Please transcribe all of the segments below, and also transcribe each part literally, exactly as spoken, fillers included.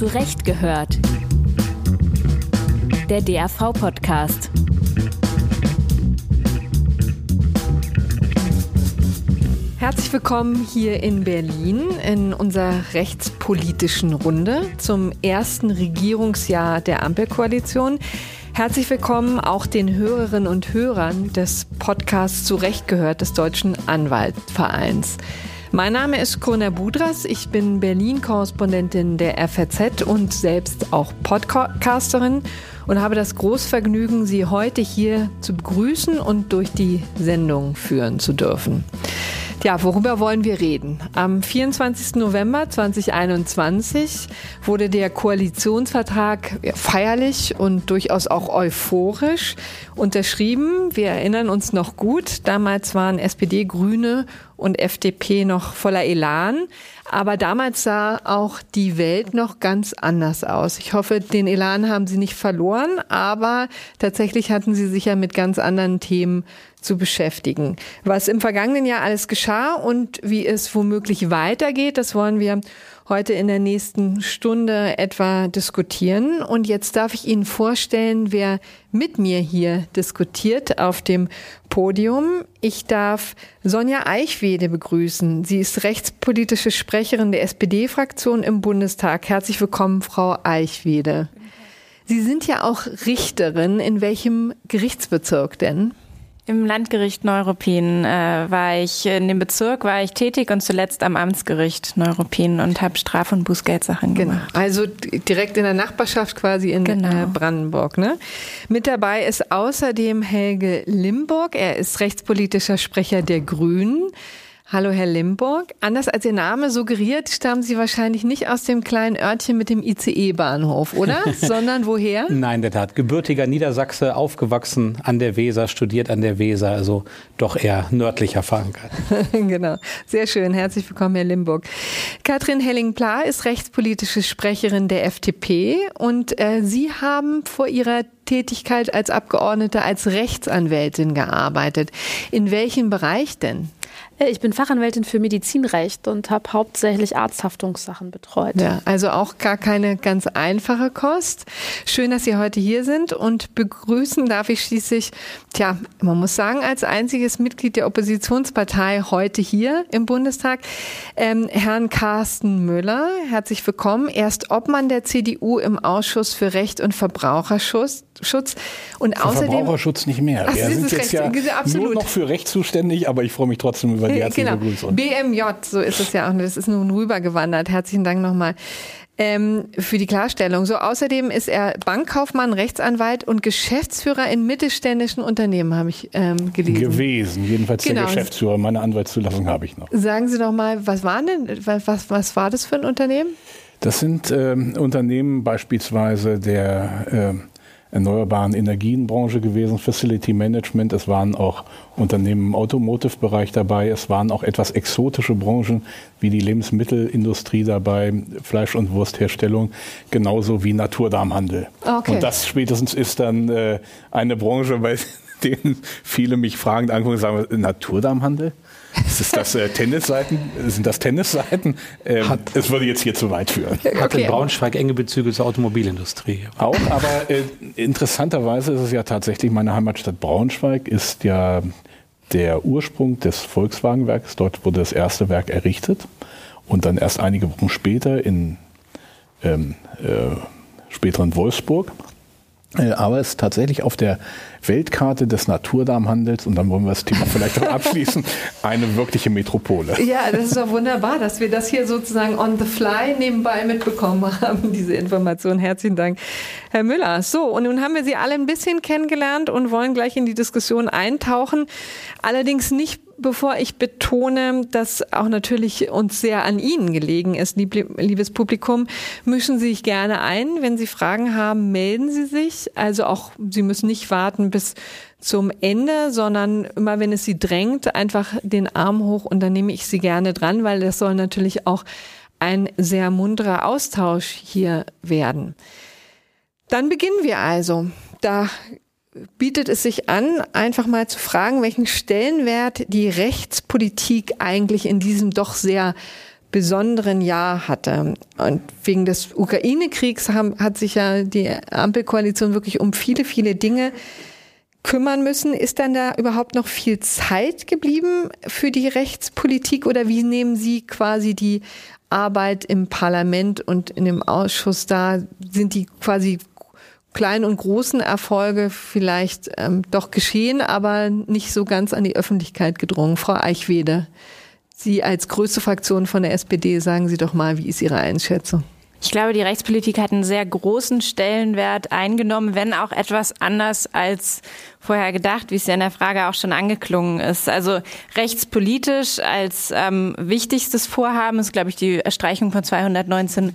zu Recht gehört. Der D R V-Podcast. Herzlich willkommen hier in Berlin in unserer rechtspolitischen Runde zum ersten Regierungsjahr der Ampelkoalition. Herzlich willkommen auch den Hörerinnen und Hörern des Podcasts zu Recht gehört des Deutschen Anwaltvereins. Mein Name ist Corinna Budras, ich bin Berlin-Korrespondentin der F A Z und selbst auch Podcasterin und habe das Großvergnügen, Sie heute hier zu begrüßen und durch die Sendung führen zu dürfen. Ja, worüber wollen wir reden? Am vierundzwanzigsten November zweitausendeinundzwanzig wurde der Koalitionsvertrag feierlich und durchaus auch euphorisch unterschrieben. Wir erinnern uns noch gut, damals waren S P D, Grüne und F D P noch voller Elan. Aber damals sah auch die Welt noch ganz anders aus. Ich hoffe, den Elan haben Sie nicht verloren, aber tatsächlich hatten Sie sich ja mit ganz anderen Themen zu beschäftigen. Was im vergangenen Jahr alles geschah und wie es womöglich weitergeht, das wollen wir heute in der nächsten Stunde etwa diskutieren. Und jetzt darf ich Ihnen vorstellen, wer mit mir hier diskutiert auf dem Podium. Ich darf Sonja Eichwede begrüßen. Sie ist rechtspolitische Sprecherin der S P D-Fraktion im Bundestag. Herzlich willkommen, Frau Eichwede. Sie sind ja auch Richterin. In welchem Gerichtsbezirk denn? Im Landgericht Neuruppin äh, war ich, in dem Bezirk war ich tätig und zuletzt am Amtsgericht Neuruppin und habe Straf- und Bußgeldsachen gemacht. Genau, also direkt in der Nachbarschaft quasi in genau. äh, Brandenburg. Ne? Mit dabei ist außerdem Helge Limburg, er ist rechtspolitischer Sprecher der Grünen. Hallo Herr Limburg. Anders als Ihr Name suggeriert, stammen Sie wahrscheinlich nicht aus dem kleinen Örtchen mit dem I C E-Bahnhof, oder? Sondern woher? Nein, in der Tat. Gebürtiger Niedersachse, aufgewachsen an der Weser, studiert an der Weser, also doch eher nördlicher verankert. Genau, sehr schön. Herzlich willkommen, Herr Limburg. Katrin Helling-Pla ist rechtspolitische Sprecherin der F D P und äh, Sie haben vor Ihrer Tätigkeit als Abgeordnete als Rechtsanwältin gearbeitet. In welchem Bereich denn? Ich bin Fachanwältin für Medizinrecht und habe hauptsächlich Arzthaftungssachen betreut. Ja, also auch gar keine ganz einfache Kost. Schön, dass Sie heute hier sind und begrüßen darf ich schließlich, tja, man muss sagen, als einziges Mitglied der Oppositionspartei heute hier im Bundestag, ähm, Herrn Carsten Müller. Herzlich willkommen. Er ist Obmann der C D U im Ausschuss für Recht und Verbraucherschutz. Schutz. Und für außerdem, Verbraucherschutz nicht mehr. Ach, Wir sind jetzt ja nur noch für Recht zuständig, aber ich freue mich trotzdem über die herzliche genau. Begrüßung. B M J, so ist es ja auch. Das ist nun rübergewandert. Herzlichen Dank nochmal ähm, für die Klarstellung. So, außerdem ist er Bankkaufmann, Rechtsanwalt und Geschäftsführer in mittelständischen Unternehmen, habe ich ähm, gelesen. Gewesen, jedenfalls genau. Der Geschäftsführer. Meine Anwaltszulassung habe ich noch. Sagen Sie doch mal, was war denn, was, was war das für ein Unternehmen? Das sind ähm, Unternehmen beispielsweise der ähm, erneuerbaren Energienbranche gewesen, Facility Management. Es waren auch Unternehmen im Automotive-Bereich dabei. Es waren auch etwas exotische Branchen wie die Lebensmittelindustrie dabei, Fleisch- und Wurstherstellung, genauso wie Naturdarmhandel. Okay. Und das spätestens ist dann äh, eine Branche, bei denen viele mich fragend angucken und sagen, Naturdarmhandel? Ist das äh, Tennisseiten? Sind das Tennisseiten? Ähm, Hat, es würde jetzt hier zu weit führen. Hat in Braunschweig enge Bezüge zur Automobilindustrie. Auch, aber äh, interessanterweise ist es ja tatsächlich, meine Heimatstadt Braunschweig ist ja der Ursprung des Volkswagenwerks. Dort wurde das erste Werk errichtet und dann erst einige Wochen später in ähm, äh, späteren Wolfsburg. Aber es ist tatsächlich auf der Weltkarte des Naturdarmhandels, und dann wollen wir das Thema vielleicht auch abschließen, eine wirkliche Metropole. Ja, das ist doch wunderbar, dass wir das hier sozusagen on the fly nebenbei mitbekommen haben, diese Information. Herzlichen Dank, Herr Müller. So, und nun haben wir Sie alle ein bisschen kennengelernt und wollen gleich in die Diskussion eintauchen. Allerdings nicht, bevor ich betone, dass auch natürlich uns sehr an Ihnen gelegen ist, liebes Publikum. Mischen Sie sich gerne ein. Wenn Sie Fragen haben, melden Sie sich. Also auch, Sie müssen nicht warten bis zum Ende, sondern immer, wenn es Sie drängt, einfach den Arm hoch und dann nehme ich Sie gerne dran, weil das soll natürlich auch ein sehr munterer Austausch hier werden. Dann beginnen wir also. Da bietet es sich an, einfach mal zu fragen, welchen Stellenwert die Rechtspolitik eigentlich in diesem doch sehr besonderen Jahr hatte. Und wegen des Ukraine-Kriegs haben, hat sich ja die Ampelkoalition wirklich um viele, viele Dinge kümmern müssen. Ist dann da überhaupt noch viel Zeit geblieben für die Rechtspolitik oder wie nehmen Sie quasi die Arbeit im Parlament und in dem Ausschuss da? Sind die quasi kleinen und großen Erfolge vielleicht ähm, doch geschehen, aber nicht so ganz an die Öffentlichkeit gedrungen? Frau Eichwede, Sie als größte Fraktion von der S P D, sagen Sie doch mal, wie ist Ihre Einschätzung? Ich glaube, die Rechtspolitik hat einen sehr großen Stellenwert eingenommen, wenn auch etwas anders als vorher gedacht, wie es ja in der Frage auch schon angeklungen ist. Also rechtspolitisch als ähm, wichtigstes Vorhaben ist, glaube ich, die Streichung von zweihundertneunzehn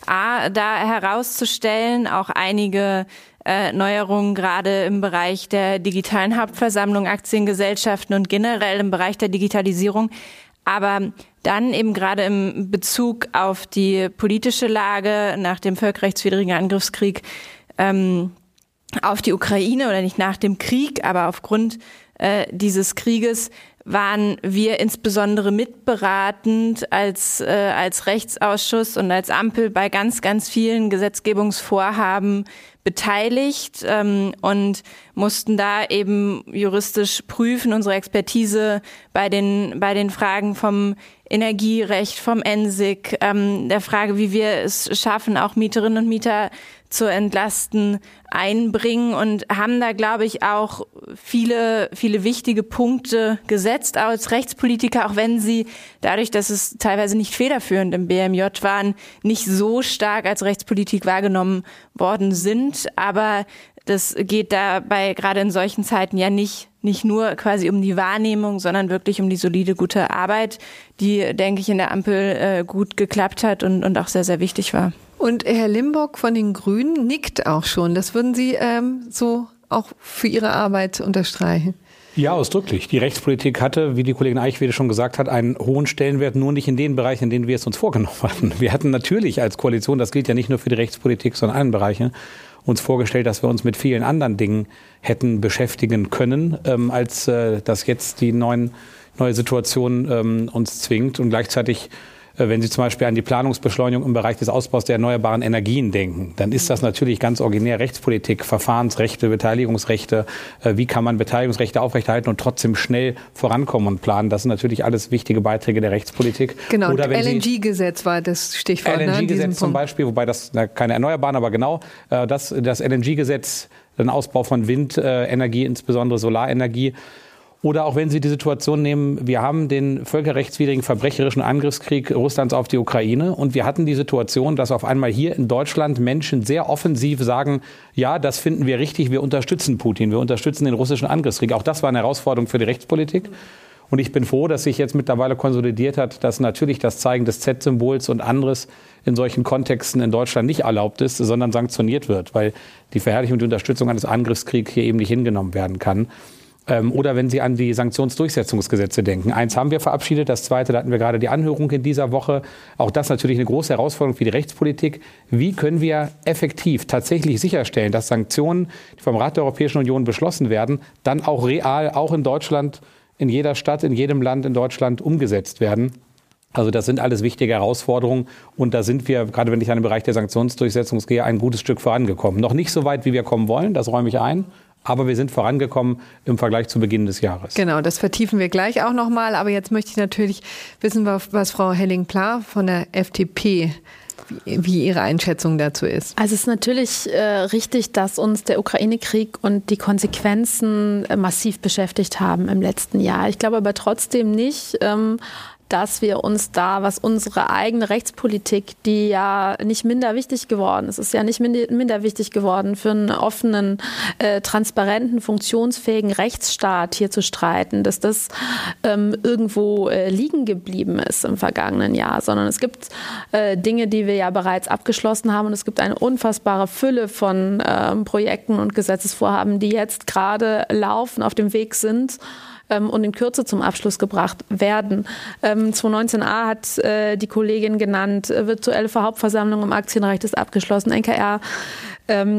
a da herauszustellen. Auch einige äh, Neuerungen gerade im Bereich der digitalen Hauptversammlung, Aktiengesellschaften und generell im Bereich der Digitalisierung. Aber dann eben gerade im Bezug auf die politische Lage nach dem völkerrechtswidrigen Angriffskrieg ähm, auf die Ukraine oder nicht nach dem Krieg, aber aufgrund äh, dieses Krieges waren wir insbesondere mitberatend als, äh, als Rechtsausschuss und als Ampel bei ganz, ganz vielen Gesetzgebungsvorhaben beteiligt ähm, und mussten da eben juristisch prüfen, unsere Expertise bei den bei den Fragen vom Energierecht, vom N S I C, ähm, der Frage, wie wir es schaffen, auch Mieterinnen und Mieter zu entlasten, einbringen und haben da, glaube ich, auch viele, viele wichtige Punkte gesetzt als Rechtspolitiker, auch wenn sie dadurch, dass es teilweise nicht federführend im B M J waren, nicht so stark als Rechtspolitik wahrgenommen worden sind. Aber das geht dabei gerade in solchen Zeiten ja nicht nicht nur quasi um die Wahrnehmung, sondern wirklich um die solide, gute Arbeit, die, denke ich, in der Ampel äh, gut geklappt hat und, und auch sehr, sehr wichtig war. Und Herr Limburg von den Grünen nickt auch schon. Das würden Sie ähm, so auch für Ihre Arbeit unterstreichen? Ja, ausdrücklich. Die Rechtspolitik hatte, wie die Kollegin Eichwede schon gesagt hat, einen hohen Stellenwert, nur nicht in den Bereichen, in denen wir es uns vorgenommen hatten. Wir hatten natürlich als Koalition, das gilt ja nicht nur für die Rechtspolitik, sondern in allen Bereichen, uns vorgestellt, dass wir uns mit vielen anderen Dingen hätten beschäftigen können, ähm, als äh, dass jetzt die neuen, neue Situation ähm, uns zwingt. Und gleichzeitig, äh, wenn Sie zum Beispiel an die Planungsbeschleunigung im Bereich des Ausbaus der erneuerbaren Energien denken, dann ist das natürlich ganz originär Rechtspolitik, Verfahrensrechte, Beteiligungsrechte. Äh, wie kann man Beteiligungsrechte aufrechterhalten und trotzdem schnell vorankommen und planen? Das sind natürlich alles wichtige Beiträge der Rechtspolitik. Genau, Oder wenn L N G-Gesetz war das Stichwort. L N G-Gesetz ne, zum Beispiel, wobei das na, keine Erneuerbaren, aber genau, äh, das, das L N G-Gesetz, den Ausbau von Windenergie, insbesondere Solarenergie. Oder auch wenn Sie die Situation nehmen, wir haben den völkerrechtswidrigen verbrecherischen Angriffskrieg Russlands auf die Ukraine und wir hatten die Situation, dass auf einmal hier in Deutschland Menschen sehr offensiv sagen, ja, das finden wir richtig, wir unterstützen Putin, wir unterstützen den russischen Angriffskrieg. Auch das war eine Herausforderung für die Rechtspolitik. Und ich bin froh, dass sich jetzt mittlerweile konsolidiert hat, dass natürlich das Zeigen des Z-Symbols und anderes in solchen Kontexten in Deutschland nicht erlaubt ist, sondern sanktioniert wird, weil die Verherrlichung und die Unterstützung eines Angriffskriegs hier eben nicht hingenommen werden kann. Oder wenn Sie an die Sanktionsdurchsetzungsgesetze denken. Eins haben wir verabschiedet, das zweite, da hatten wir gerade die Anhörung in dieser Woche. Auch das natürlich eine große Herausforderung für die Rechtspolitik. Wie können wir effektiv tatsächlich sicherstellen, dass Sanktionen, die vom Rat der Europäischen Union beschlossen werden, dann auch real, auch in Deutschland, in jeder Stadt, in jedem Land in Deutschland umgesetzt werden? Also das sind alles wichtige Herausforderungen und da sind wir, gerade wenn ich an den Bereich der Sanktionsdurchsetzung gehe, ein gutes Stück vorangekommen. Noch nicht so weit, wie wir kommen wollen, das räume ich ein. Aber wir sind vorangekommen im Vergleich zu Beginn des Jahres. Genau, das vertiefen wir gleich auch nochmal. Aber jetzt möchte ich natürlich wissen, was Frau Helling-Pla von der F D P, wie, wie ihre Einschätzung dazu ist. Also es ist natürlich äh, richtig, dass uns der Ukraine-Krieg und die Konsequenzen äh, massiv beschäftigt haben im letzten Jahr. Ich glaube aber trotzdem nicht, ähm, dass wir uns da, was unsere eigene Rechtspolitik, die ja nicht minder wichtig geworden ist, ist ja nicht minder wichtig geworden, für einen offenen, äh, transparenten, funktionsfähigen Rechtsstaat hier zu streiten, dass das ähm, irgendwo äh, liegen geblieben ist im vergangenen Jahr, sondern es gibt äh, Dinge, die wir ja bereits abgeschlossen haben und es gibt eine unfassbare Fülle von äh, Projekten und Gesetzesvorhaben, die jetzt gerade laufen, auf dem Weg sind, und in Kürze zum Abschluss gebracht werden. Ähm, zweihundertneunzehn a hat äh, die Kollegin genannt, virtuelle Hauptversammlung im Aktienrecht ist abgeschlossen, N K R ähm,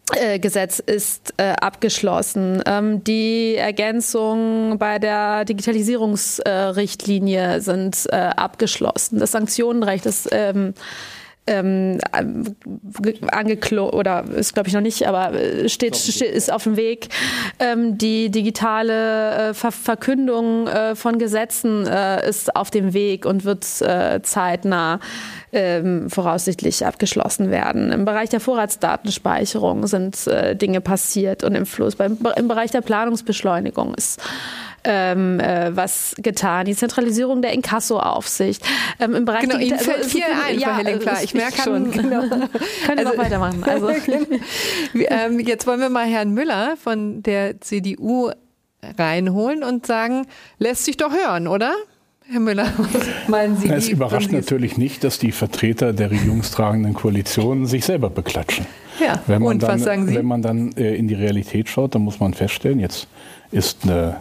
Gesetz ist äh, abgeschlossen. Ähm, die Ergänzungen bei der Digitalisierungsrichtlinie äh, sind äh, abgeschlossen. Das Sanktionenrecht ist ähm, ähm, angeklo- oder ist glaube ich noch nicht, aber steht, steht ist auf dem Weg. Ähm, die digitale äh, Ver- Verkündung äh, von Gesetzen äh, ist auf dem Weg und wird äh, zeitnah Ähm, voraussichtlich abgeschlossen werden. Im Bereich der Vorratsdatenspeicherung sind äh, Dinge passiert und im Fluss. Beim, im Bereich der Planungsbeschleunigung ist ähm, äh, was getan. Die Zentralisierung der Inkassoaufsicht. Ähm, im Bereich genau, Digita- Ihnen fällt also, viel ein, ja, Frau Helling-Klar. Ich, ich merke schon. Genau. Können wir Also, noch weitermachen. Also. ähm, jetzt wollen wir mal Herrn Müller von der C D U reinholen und sagen, lässt sich doch hören, oder? Herr Müller, was meinen Sie? Es überrascht Sie natürlich nicht, dass die Vertreter der regierungstragenden Koalition sich selber beklatschen. Ja, wenn man und dann, was sagen Sie? Wenn man dann äh, in die Realität schaut, dann muss man feststellen, jetzt ist, eine,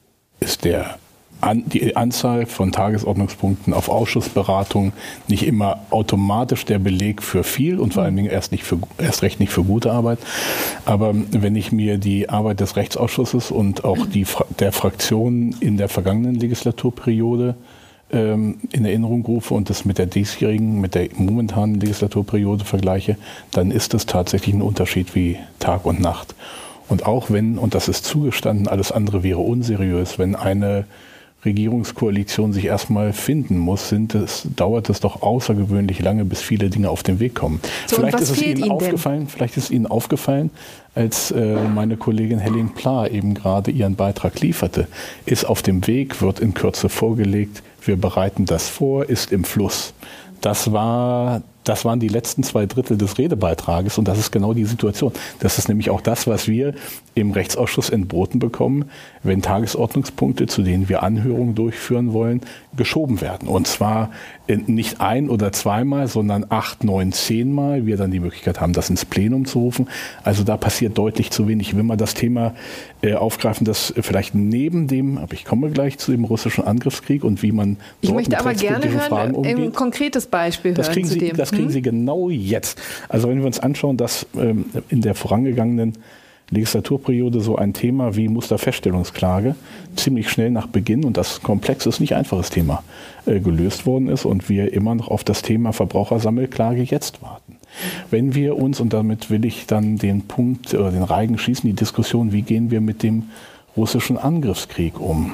ist der, an, die Anzahl von Tagesordnungspunkten auf Ausschussberatungen nicht immer automatisch der Beleg für viel und vor allen Dingen erst, nicht für, erst recht nicht für gute Arbeit. Aber wenn ich mir die Arbeit des Rechtsausschusses und auch die der Fraktionen in der vergangenen Legislaturperiode ähm, in Erinnerung rufe und das mit der diesjährigen, mit der momentanen Legislaturperiode vergleiche, dann ist das tatsächlich ein Unterschied wie Tag und Nacht. Und auch wenn, und das ist zugestanden, alles andere wäre unseriös, wenn eine Regierungskoalition sich erstmal finden muss, sind es, dauert es doch außergewöhnlich lange, bis viele Dinge auf den Weg kommen. So, vielleicht ist es Ihnen, Ihnen aufgefallen, denn? vielleicht ist Ihnen aufgefallen, als äh, meine Kollegin Helling-Pla eben gerade ihren Beitrag lieferte, ist auf dem Weg, wird in Kürze vorgelegt, wir bereiten das vor, ist im Fluss. Das war Das waren die letzten zwei Drittel des Redebeitrages und das ist genau die Situation. Das ist nämlich auch das, was wir im Rechtsausschuss entboten bekommen, wenn Tagesordnungspunkte, zu denen wir Anhörungen durchführen wollen, geschoben werden. Und zwar nicht ein- oder zweimal, sondern acht, neun, zehnmal. Wir dann die Möglichkeit haben, das ins Plenum zu rufen. Also da passiert deutlich zu wenig. Ich will mal das Thema äh, aufgreifen, das vielleicht neben dem, aber ich komme gleich zu dem russischen Angriffskrieg und wie man dort Ich möchte mit aber gerne Fragen hören, umgeht. ein konkretes Beispiel Das hören kriegen zu Sie, dem. das kriegen Sie genau jetzt. Also wenn wir uns anschauen, dass ähm, in der vorangegangenen Legislaturperiode so ein Thema wie Musterfeststellungsklage ziemlich schnell nach Beginn, und das komplexes, nicht einfaches Thema, äh, gelöst worden ist und wir immer noch auf das Thema Verbrauchersammelklage jetzt warten. Wenn wir uns, und damit will ich dann den Punkt oder den Reigen schießen, die Diskussion, wie gehen wir mit dem russischen Angriffskrieg um?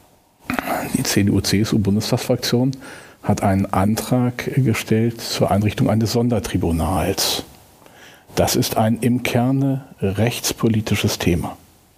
Die C D U-C S U-Bundestagsfraktion hat einen Antrag gestellt zur Einrichtung eines Sondertribunals. Das ist ein im Kerne rechtspolitisches Thema.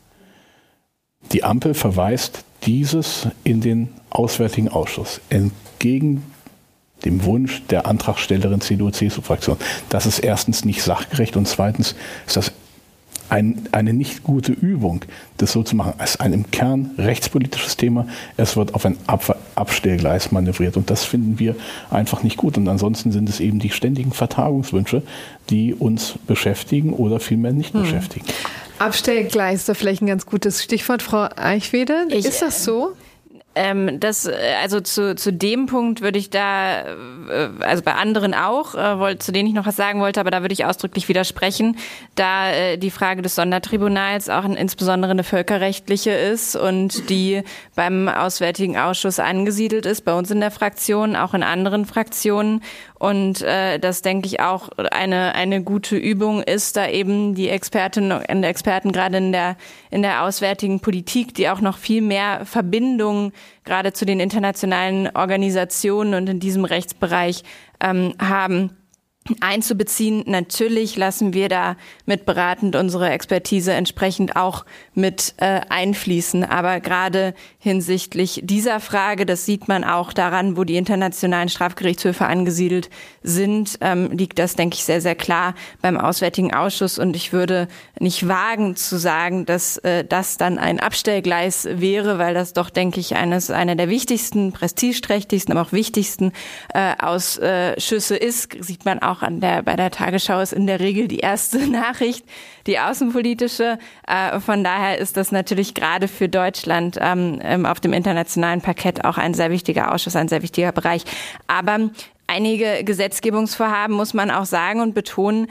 Die Ampel verweist dieses in den Auswärtigen Ausschuss entgegen dem Wunsch der Antragstellerin C D U-C S U-Fraktion. Das ist erstens nicht sachgerecht und zweitens ist das Ein, eine nicht gute Übung, das so zu machen. Es ist ein im Kern rechtspolitisches Thema. Es wird auf ein Ab- Abstellgleis manövriert und das finden wir einfach nicht gut. Und ansonsten sind es eben die ständigen Vertagungswünsche, die uns beschäftigen oder vielmehr nicht hm. beschäftigen. Abstellgleis ist da vielleicht ein ganz gutes Stichwort, Frau Eichwede. Ich, ist das so? Ähm, das, also zu, zu dem Punkt würde ich da, also bei anderen auch, äh, wollt, zu denen ich noch was sagen wollte, aber da würde ich ausdrücklich widersprechen, da äh, die Frage des Sondertribunals auch ein, insbesondere eine völkerrechtliche ist und die beim Auswärtigen Ausschuss angesiedelt ist, bei uns in der Fraktion, auch in anderen Fraktionen. Und äh, das, denke ich, auch eine eine gute Übung ist, da eben die Expertinnen und Experten gerade in der in der auswärtigen Politik, die auch noch viel mehr Verbindungen gerade zu den internationalen Organisationen und in diesem Rechtsbereich ähm, haben, einzubeziehen. Natürlich lassen wir da mitberatend unsere Expertise entsprechend auch mit äh, einfließen. Aber gerade hinsichtlich dieser Frage, das sieht man auch daran, wo die internationalen Strafgerichtshöfe angesiedelt sind, ähm, liegt das, denke ich, sehr, sehr klar beim Auswärtigen Ausschuss. Und ich würde nicht wagen zu sagen, dass äh, das dann ein Abstellgleis wäre, weil das doch, denke ich, eines einer der wichtigsten, prestigeträchtigsten, aber auch wichtigsten äh, Ausschüsse ist. Sieht man auch an der, bei der Tagesschau ist in der Regel die erste Nachricht, die außenpolitische. Äh, von daher ist das natürlich gerade für Deutschland ähm, auf dem internationalen Parkett auch ein sehr wichtiger Ausschuss, ein sehr wichtiger Bereich. Aber Einige Gesetzgebungsvorhaben, muss man auch sagen und betonen,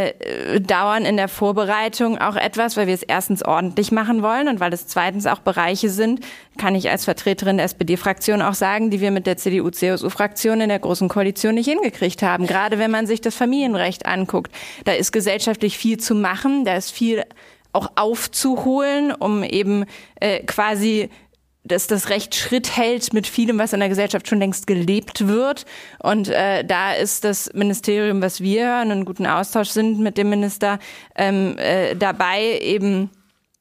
äh, dauern in der Vorbereitung auch etwas, weil wir es erstens ordentlich machen wollen und weil es zweitens auch Bereiche sind, kann ich als Vertreterin der S P D-Fraktion auch sagen, die wir mit der C D U-C S U-Fraktion in der Großen Koalition nicht hingekriegt haben. Gerade wenn man sich das Familienrecht anguckt, da ist gesellschaftlich viel zu machen, da ist viel auch aufzuholen, um eben äh, quasi dass das Recht Schritt hält mit vielem, was in der Gesellschaft schon längst gelebt wird. Und äh, da ist das Ministerium, was wir hören, in guten Austausch sind mit dem Minister, ähm, äh, dabei, eben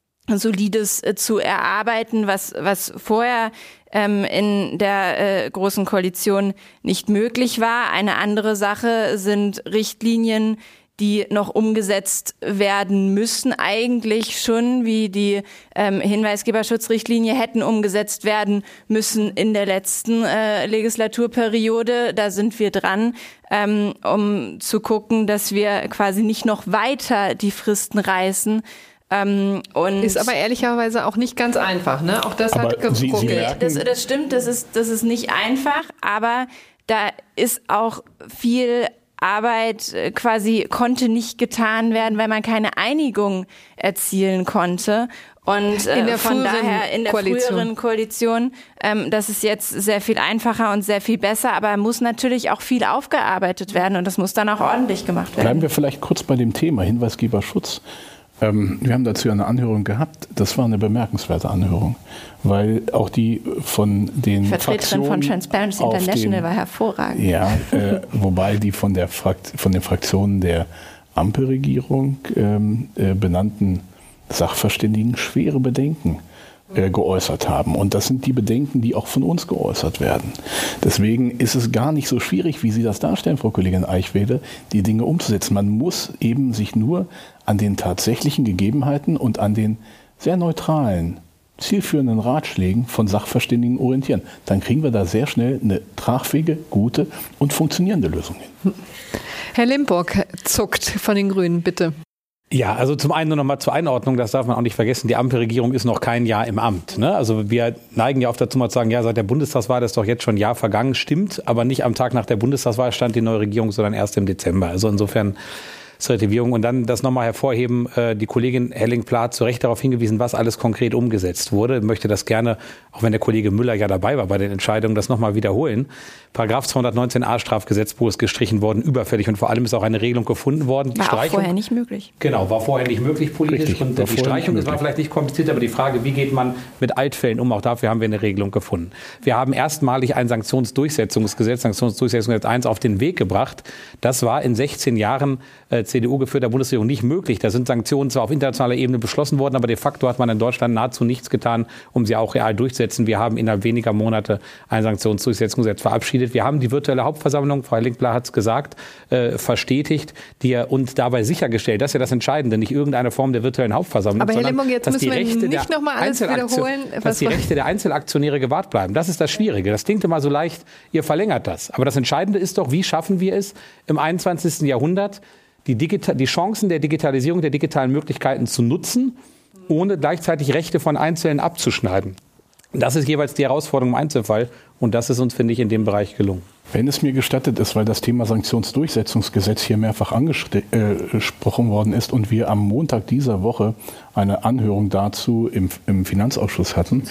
Solides äh, zu erarbeiten, was, was vorher ähm, in der äh, Großen Koalition nicht möglich war. Eine andere Sache sind Richtlinien, die noch umgesetzt werden müssen, eigentlich schon, wie die ähm, Hinweisgeberschutzrichtlinie hätten umgesetzt werden müssen in der letzten äh, Legislaturperiode. Da sind wir dran, ähm, um zu gucken, dass wir quasi nicht noch weiter die Fristen reißen. Ähm, und ist aber ehrlicherweise auch nicht ganz einfach, ne? Auch das aber hat geruckelt. Sie, Sie das, das stimmt, das ist, das ist nicht einfach, aber da ist auch viel Arbeit quasi konnte nicht getan werden, weil man keine Einigung erzielen konnte. Und äh, in der von daher in der Koalition. früheren Koalition, ähm, das ist jetzt sehr viel einfacher und sehr viel besser, aber muss natürlich auch viel aufgearbeitet werden und das muss dann auch ordentlich gemacht werden. Bleiben wir vielleicht kurz bei dem Thema Hinweisgeberschutz. Ähm, wir haben dazu eine Anhörung gehabt. Das war eine bemerkenswerte Anhörung, weil auch die von den die Vertreterin Fraktionen von Transparency International den, war hervorragend. Ja, äh, wobei die von, der Frakt, von den Fraktionen der Ampelregierung ähm, äh, benannten Sachverständigen schwere Bedenken äh, geäußert haben. Und das sind die Bedenken, die auch von uns geäußert werden. Deswegen ist es gar nicht so schwierig, wie Sie das darstellen, Frau Kollegin Eichwede, die Dinge umzusetzen. Man muss eben sich nur an den tatsächlichen Gegebenheiten und an den sehr neutralen, zielführenden Ratschlägen von Sachverständigen orientieren. Dann kriegen wir da sehr schnell eine tragfähige, gute und funktionierende Lösung hin. Herr Limburg zuckt von den Grünen, bitte. Ja, also zum einen nur noch mal zur Einordnung, das darf man auch nicht vergessen, die Ampelregierung ist noch kein Jahr im Amt. Ne? Also wir neigen ja oft dazu mal zu sagen, ja, seit der Bundestagswahl ist doch jetzt schon ein Jahr vergangen, stimmt, aber nicht am Tag nach der Bundestagswahl stand die neue Regierung, sondern erst im Dezember. Also insofern Relativierung. Und dann das nochmal hervorheben, äh, die Kollegin Helling-Pla hat zu Recht darauf hingewiesen, was alles konkret umgesetzt wurde. Ich möchte das gerne, auch wenn der Kollege Müller ja dabei war bei den Entscheidungen, das nochmal wiederholen. Paragraph zweihundertneunzehn a Strafgesetzbuch ist gestrichen worden, überfällig. Und vor allem ist auch eine Regelung gefunden worden. Die war Streichung, auch vorher nicht möglich. Genau, war vorher nicht möglich politisch. Richtig, und die Streichung, das war vielleicht nicht kompliziert, aber die Frage, wie geht man mit Altfällen um, auch dafür haben wir eine Regelung gefunden. Wir haben erstmalig ein Sanktionsdurchsetzungsgesetz, Sanktionsdurchsetzungsgesetz eins auf den Weg gebracht. Das war in sechzehn Jahren äh, C D U geführter Bundesregierung nicht möglich. Da sind Sanktionen zwar auf internationaler Ebene beschlossen worden, aber de facto hat man in Deutschland nahezu nichts getan, um sie auch real durchzusetzen. Wir haben innerhalb weniger Monate ein Sanktionsdurchsetzungsgesetz verabschiedet. Wir haben die virtuelle Hauptversammlung, Frau Helling-Pla hat es gesagt, äh, verstetigt die, und dabei sichergestellt, das ist ja das Entscheidende, nicht irgendeine Form der virtuellen Hauptversammlung, aber Herr sondern Limburg, jetzt dass müssen die Rechte wir nicht noch mal alles wiederholen, dass was die Rechte der Einzelaktionäre gewahrt bleiben. Das ist das Schwierige. Das klingt immer so leicht, ihr verlängert das. Aber das Entscheidende ist doch, wie schaffen wir es im einundzwanzigsten Jahrhundert, die, Digita- die Chancen der Digitalisierung, der digitalen Möglichkeiten zu nutzen, ohne gleichzeitig Rechte von Einzelnen abzuschneiden. Das ist jeweils die Herausforderung im Einzelfall und das ist uns, finde ich, in dem Bereich gelungen. Wenn es mir gestattet ist, weil das Thema Sanktionsdurchsetzungsgesetz hier mehrfach angesprochen äh, worden ist und wir am Montag dieser Woche eine Anhörung dazu im, im Finanzausschuss hatten,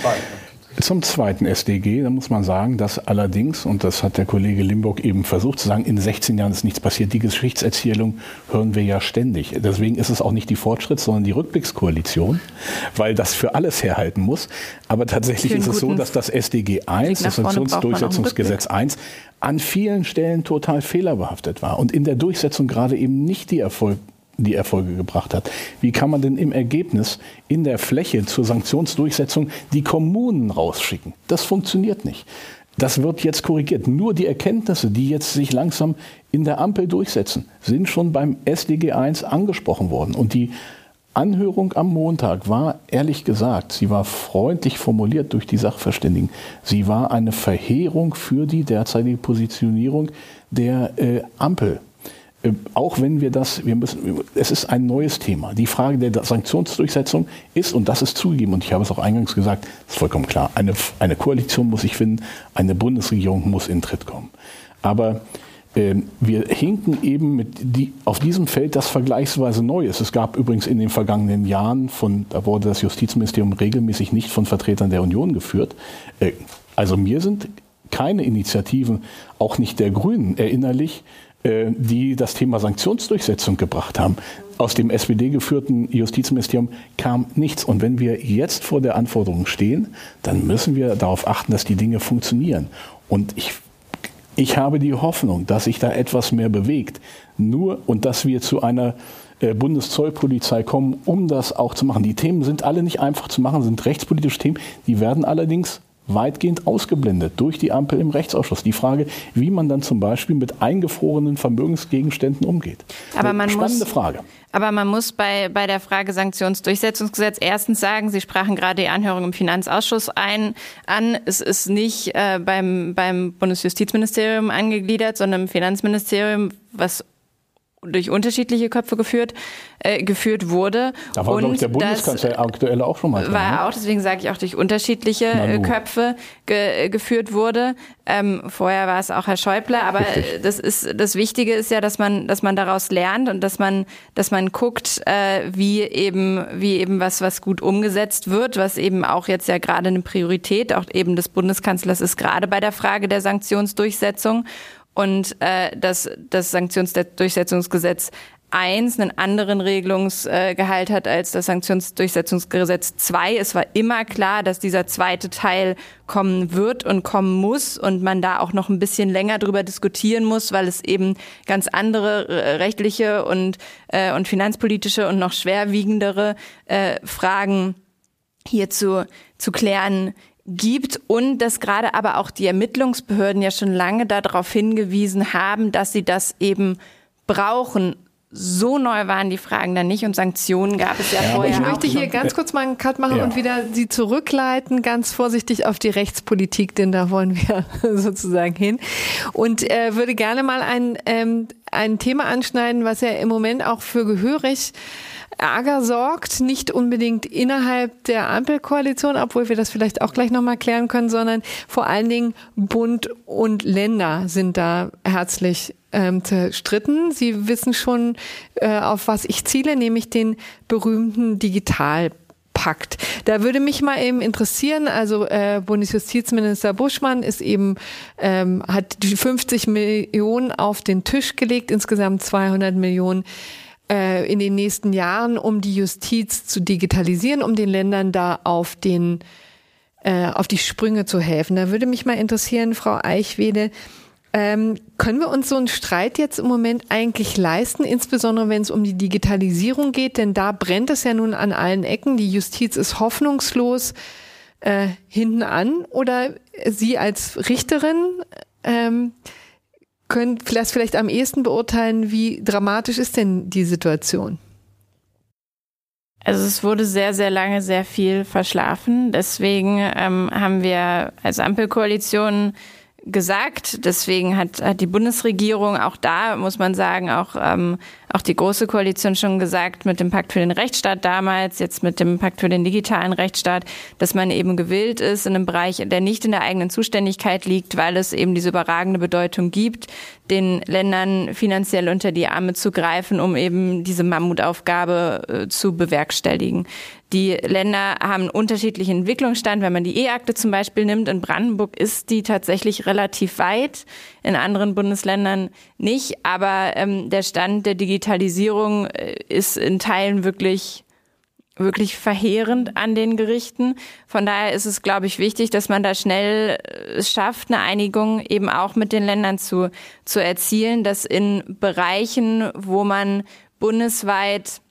zum zweiten S D G, da muss man sagen, dass allerdings, und das hat der Kollege Limburg eben versucht zu sagen, in sechzehn Jahren ist nichts passiert. Die Geschichtserzählung hören wir ja ständig. Deswegen ist es auch nicht die Fortschritts-, sondern die Rückblickskoalition, weil das für alles herhalten muss. Aber tatsächlich ist es so, dass das S D G eins, das Sanktionsdurchsetzungsgesetz eins, an vielen Stellen total fehlerbehaftet war und in der Durchsetzung gerade eben nicht die Erfolg die Erfolge gebracht hat. Wie kann man denn im Ergebnis in der Fläche zur Sanktionsdurchsetzung die Kommunen rausschicken? Das funktioniert nicht. Das wird jetzt korrigiert. Nur die Erkenntnisse, die jetzt sich langsam in der Ampel durchsetzen, sind schon beim S D G eins angesprochen worden. Und die Anhörung am Montag war, ehrlich gesagt, sie war freundlich formuliert durch die Sachverständigen. Sie war eine Verheerung für die derzeitige Positionierung der äh, Ampel. Auch wenn wir das, wir müssen, es ist ein neues Thema. Die Frage der Sanktionsdurchsetzung ist, und das ist zugegeben, und ich habe es auch eingangs gesagt, ist vollkommen klar, eine, eine Koalition muss sich finden, eine Bundesregierung muss in Tritt kommen. Aber Wir hinken eben mit die, auf diesem Feld, das vergleichsweise neu ist. Es gab übrigens in den vergangenen Jahren, von, da wurde das Justizministerium regelmäßig nicht von Vertretern der Union geführt. Also mir sind keine Initiativen, auch nicht der Grünen, erinnerlich, die das Thema Sanktionsdurchsetzung gebracht haben. Aus dem S P D-geführten Justizministerium kam nichts. Und wenn wir jetzt vor der Anforderung stehen, dann müssen wir darauf achten, dass die Dinge funktionieren. Und ich, ich habe die Hoffnung, dass sich da etwas mehr bewegt. Nur und dass wir zu einer äh, Bundeszollpolizei kommen, um das auch zu machen. Die Themen sind alle nicht einfach zu machen, sind rechtspolitische Themen. Die werden allerdings weitgehend ausgeblendet durch die Ampel im Rechtsausschuss. Die Frage, wie man dann zum Beispiel mit eingefrorenen Vermögensgegenständen umgeht. Aber man Spannende muss, Frage. Aber man muss bei, bei der Frage Sanktionsdurchsetzungsgesetz erstens sagen, Sie sprachen gerade die Anhörung im Finanzausschuss ein, an. Es ist nicht äh, beim, beim Bundesjustizministerium angegliedert, sondern im Finanzministerium, was durch unterschiedliche Köpfe geführt äh, geführt wurde. Da war, glaube ich, der Bundeskanzler aktuell auch schon mal drin. War auch, deswegen sage ich auch, durch unterschiedliche äh, Köpfe ge, geführt wurde. Ähm, vorher war es auch Herr Schäuble, aber Richtig. das ist das Wichtige ist ja, dass man dass man daraus lernt und dass man dass man guckt, äh, wie eben wie eben was was gut umgesetzt wird, was eben auch jetzt ja gerade eine Priorität auch eben des Bundeskanzlers ist, gerade bei der Frage der Sanktionsdurchsetzung. Und äh, dass das Sanktionsdurchsetzungsgesetz eins einen anderen Regelungsgehalt hat als das Sanktionsdurchsetzungsgesetz zwei. Es war immer klar, dass dieser zweite Teil kommen wird und kommen muss und man da auch noch ein bisschen länger drüber diskutieren muss, weil es eben ganz andere äh, rechtliche und, äh, und finanzpolitische und noch schwerwiegendere äh, Fragen hier zu, zu klären gibt und dass gerade aber auch die Ermittlungsbehörden ja schon lange darauf hingewiesen haben, dass sie das eben brauchen. So neu waren die Fragen dann nicht und Sanktionen gab es ja, ja vorher. Ich möchte hier ganz kurz mal einen Cut machen ja. und wieder Sie zurückleiten, ganz vorsichtig auf die Rechtspolitik, denn da wollen wir sozusagen hin. Und äh, würde gerne mal ein, ähm, ein Thema anschneiden, was ja im Moment auch für gehörig Ärger sorgt, nicht unbedingt innerhalb der Ampelkoalition, obwohl wir das vielleicht auch gleich nochmal klären können, sondern vor allen Dingen Bund und Länder sind da herzlich ähm, zerstritten. Sie wissen schon, äh, auf was ich ziele, nämlich den berühmten Digitalpakt. Da würde mich mal eben interessieren, also äh, Bundesjustizminister Buschmann ist eben, ähm, hat die fünfzig Millionen auf den Tisch gelegt, insgesamt zweihundert Millionen in den nächsten Jahren, um die Justiz zu digitalisieren, um den Ländern da auf den äh, auf die Sprünge zu helfen. Da würde mich mal interessieren, Frau Eichwede, ähm, können wir uns so einen Streit jetzt im Moment eigentlich leisten, insbesondere wenn es um die Digitalisierung geht, denn da brennt es ja nun an allen Ecken. Die Justiz ist hoffnungslos äh, hinten an. Oder Sie als Richterin ähm, können vielleicht, vielleicht am ehesten beurteilen, wie dramatisch ist denn die Situation? Also es wurde sehr, sehr lange sehr viel verschlafen. Deswegen ähm, haben wir als Ampelkoalition gesagt, deswegen hat, hat die Bundesregierung auch da, muss man sagen, auch, ähm, auch die Große Koalition schon gesagt, mit dem Pakt für den Rechtsstaat damals, jetzt mit dem Pakt für den digitalen Rechtsstaat, dass man eben gewillt ist, in einem Bereich, der nicht in der eigenen Zuständigkeit liegt, weil es eben diese überragende Bedeutung gibt, den Ländern finanziell unter die Arme zu greifen, um eben diese Mammutaufgabe äh, zu bewerkstelligen. Die Länder haben unterschiedlichen Entwicklungsstand. Wenn man die E-Akte zum Beispiel nimmt, in Brandenburg ist die tatsächlich relativ weit, in anderen Bundesländern nicht. Aber ähm, der Stand der Digitalisierung ist in Teilen wirklich wirklich verheerend an den Gerichten. Von daher ist es, glaube ich, wichtig, dass man da schnell es schafft, eine Einigung eben auch mit den Ländern zu, zu erzielen, dass in Bereichen, wo man bundesweit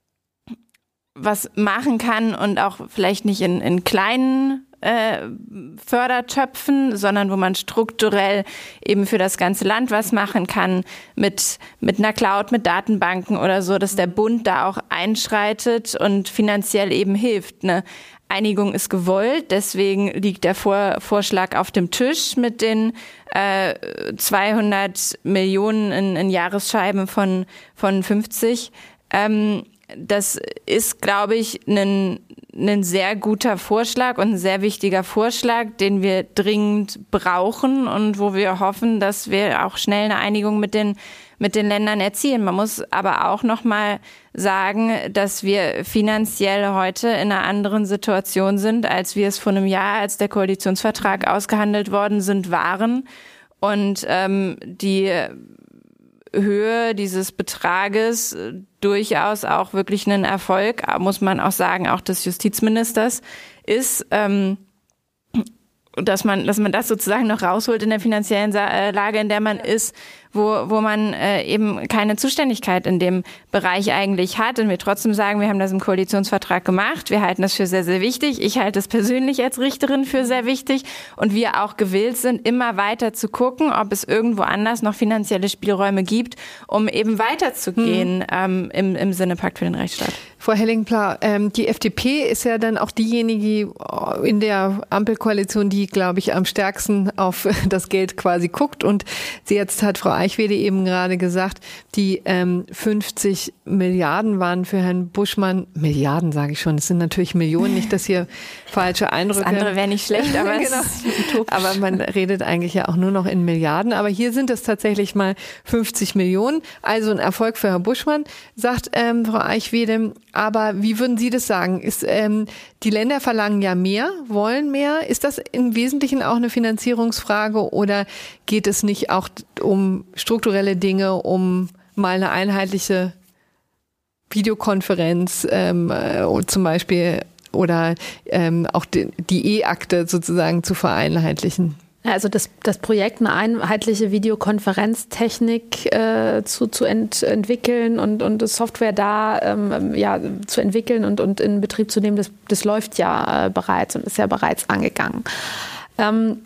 was machen kann und auch vielleicht nicht in, in kleinen äh, Fördertöpfen, sondern wo man strukturell eben für das ganze Land was machen kann mit, mit einer Cloud, mit Datenbanken oder so, dass der Bund da auch einschreitet und finanziell eben hilft. Eine Einigung ist gewollt, deswegen liegt der Vor- Vorschlag auf dem Tisch mit den äh, zweihundert Millionen in, in Jahresscheiben von, von fünfzig. Ähm, das ist, glaube ich, ein, ein sehr guter Vorschlag und ein sehr wichtiger Vorschlag, den wir dringend brauchen und wo wir hoffen, dass wir auch schnell eine Einigung mit den mit den Ländern erzielen. Man muss aber auch noch mal sagen, dass wir finanziell heute in einer anderen Situation sind, als wir es vor einem Jahr, als der Koalitionsvertrag ausgehandelt worden sind, waren. Und ähm, die Höhe dieses Betrages durchaus auch wirklich ein Erfolg, muss man auch sagen, auch des Justizministers ist, ähm, dass man, dass man das sozusagen noch rausholt in der finanziellen Lage, in der man ist, wo, wo man äh, eben keine Zuständigkeit in dem Bereich eigentlich hat und wir trotzdem sagen, wir haben das im Koalitionsvertrag gemacht, wir halten das für sehr, sehr wichtig. Ich halte es persönlich als Richterin für sehr wichtig und wir auch gewillt sind, immer weiter zu gucken, ob es irgendwo anders noch finanzielle Spielräume gibt, um eben weiterzugehen hm. ähm, im, im Sinne Pakt für den Rechtsstaat. Frau Helling-Pla, ähm, die F D P ist ja dann auch diejenige in der Ampelkoalition, die, glaube ich, am stärksten auf das Geld quasi guckt. Und sie jetzt hat Frau Eichwede eben gerade gesagt, die ähm, fünfzig Milliarden waren für Herrn Buschmann, Milliarden sage ich schon, es sind natürlich Millionen, nicht, dass hier falsche Eindrücke. Das andere wäre nicht schlecht, aber genau. es ist utopisch. Aber man redet eigentlich ja auch nur noch in Milliarden. Aber hier sind es tatsächlich mal fünfzig Millionen, also ein Erfolg für Herrn Buschmann, sagt ähm, Frau Eichwede. Aber wie würden Sie das sagen? Ist, ähm, die Länder verlangen ja mehr, wollen mehr. Ist das im Wesentlichen auch eine Finanzierungsfrage oder geht es nicht auch um strukturelle Dinge, um mal eine einheitliche Videokonferenz ähm, äh, zum Beispiel oder ähm, auch die, die E-Akte sozusagen zu vereinheitlichen? Also das, das Projekt, eine einheitliche Videokonferenztechnik äh, zu, zu ent, entwickeln und, und Software da ähm, ja, zu entwickeln und, und in Betrieb zu nehmen, das, das läuft ja äh, bereits und ist ja bereits angegangen. Ähm,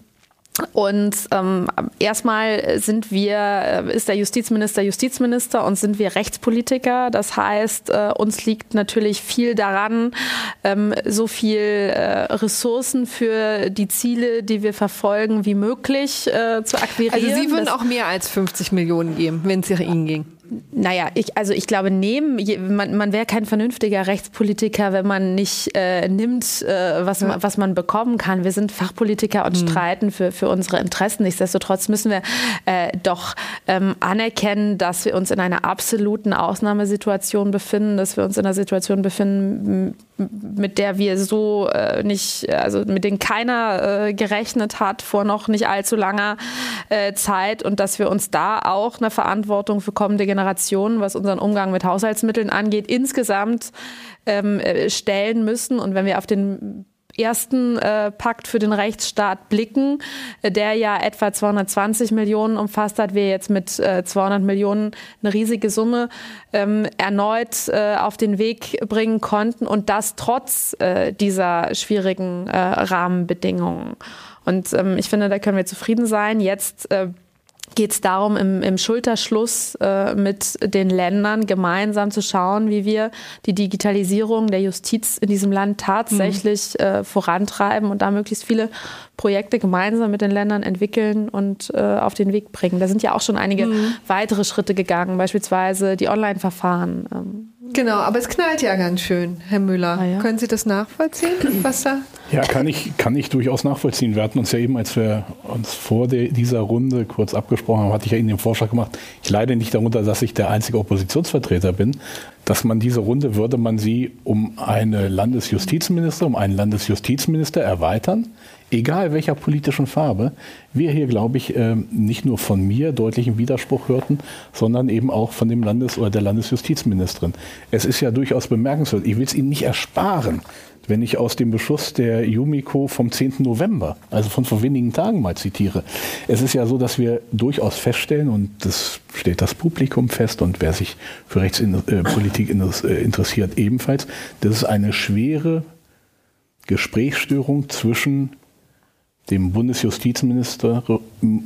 Und ähm, erstmal sind wir, ist der Justizminister Justizminister und sind wir Rechtspolitiker. Das heißt, äh, uns liegt natürlich viel daran, ähm, so viel äh, Ressourcen für die Ziele, die wir verfolgen, wie möglich äh, zu akquirieren. Also Sie würden das auch mehr als fünfzig Millionen geben, wenn es nach Ihnen ging? Naja, ich, also ich glaube, nehmen, man, man wäre kein vernünftiger Rechtspolitiker, wenn man nicht äh, nimmt, äh, was, ja. man, was man bekommen kann. Wir sind Fachpolitiker und mhm. streiten für, für unsere Interessen. Nichtsdestotrotz müssen wir äh, doch ähm, anerkennen, dass wir uns in einer absoluten Ausnahmesituation befinden, dass wir uns in einer Situation befinden, mit der wir so äh, nicht, also mit denen keiner äh, gerechnet hat vor noch nicht allzu langer äh, Zeit und dass wir uns da auch eine Verantwortung für kommende Generationen, was unseren Umgang mit Haushaltsmitteln angeht, insgesamt ähm, stellen müssen. Und wenn wir auf den ersten äh, Pakt für den Rechtsstaat blicken, äh, der ja etwa zweihundertzwanzig Millionen umfasst hat, wir jetzt mit äh, zweihundert Millionen eine riesige Summe ähm, erneut äh, auf den Weg bringen konnten und das trotz äh, dieser schwierigen äh, Rahmenbedingungen. Und ähm, ich finde, da können wir zufrieden sein. Jetzt äh, geht es darum, im, im Schulterschluss äh, mit den Ländern gemeinsam zu schauen, wie wir die Digitalisierung der Justiz in diesem Land tatsächlich mhm. äh, vorantreiben und da möglichst viele Projekte gemeinsam mit den Ländern entwickeln und äh, auf den Weg bringen. Da sind ja auch schon einige mhm. weitere Schritte gegangen, beispielsweise die Online-Verfahren. Ähm, Genau, aber es knallt ja ganz schön, Herr Müller. Ah, ja. Können Sie das nachvollziehen, was da? Ja, kann ich, kann ich durchaus nachvollziehen. Wir hatten uns ja eben, als wir uns vor der, dieser Runde kurz abgesprochen haben, hatte ich ja Ihnen den Vorschlag gemacht, ich leide nicht darunter, dass ich der einzige Oppositionsvertreter bin, dass man diese Runde, würde man sie um eine Landesjustizminister, um einen Landesjustizminister erweitern, egal welcher politischen Farbe, wir hier, glaube ich, nicht nur von mir deutlichen Widerspruch hörten, sondern eben auch von dem Landes- oder der Landesjustizministerin. Es ist ja durchaus bemerkenswert, ich will es Ihnen nicht ersparen, wenn ich aus dem Beschluss der Jumiko vom zehnten November, also von vor wenigen Tagen mal zitiere. Es ist ja so, dass wir durchaus feststellen, und das steht das Publikum fest und wer sich für Rechtspolitik interessiert ebenfalls, dass es eine schwere Gesprächsstörung zwischen dem Bundesjustizminister,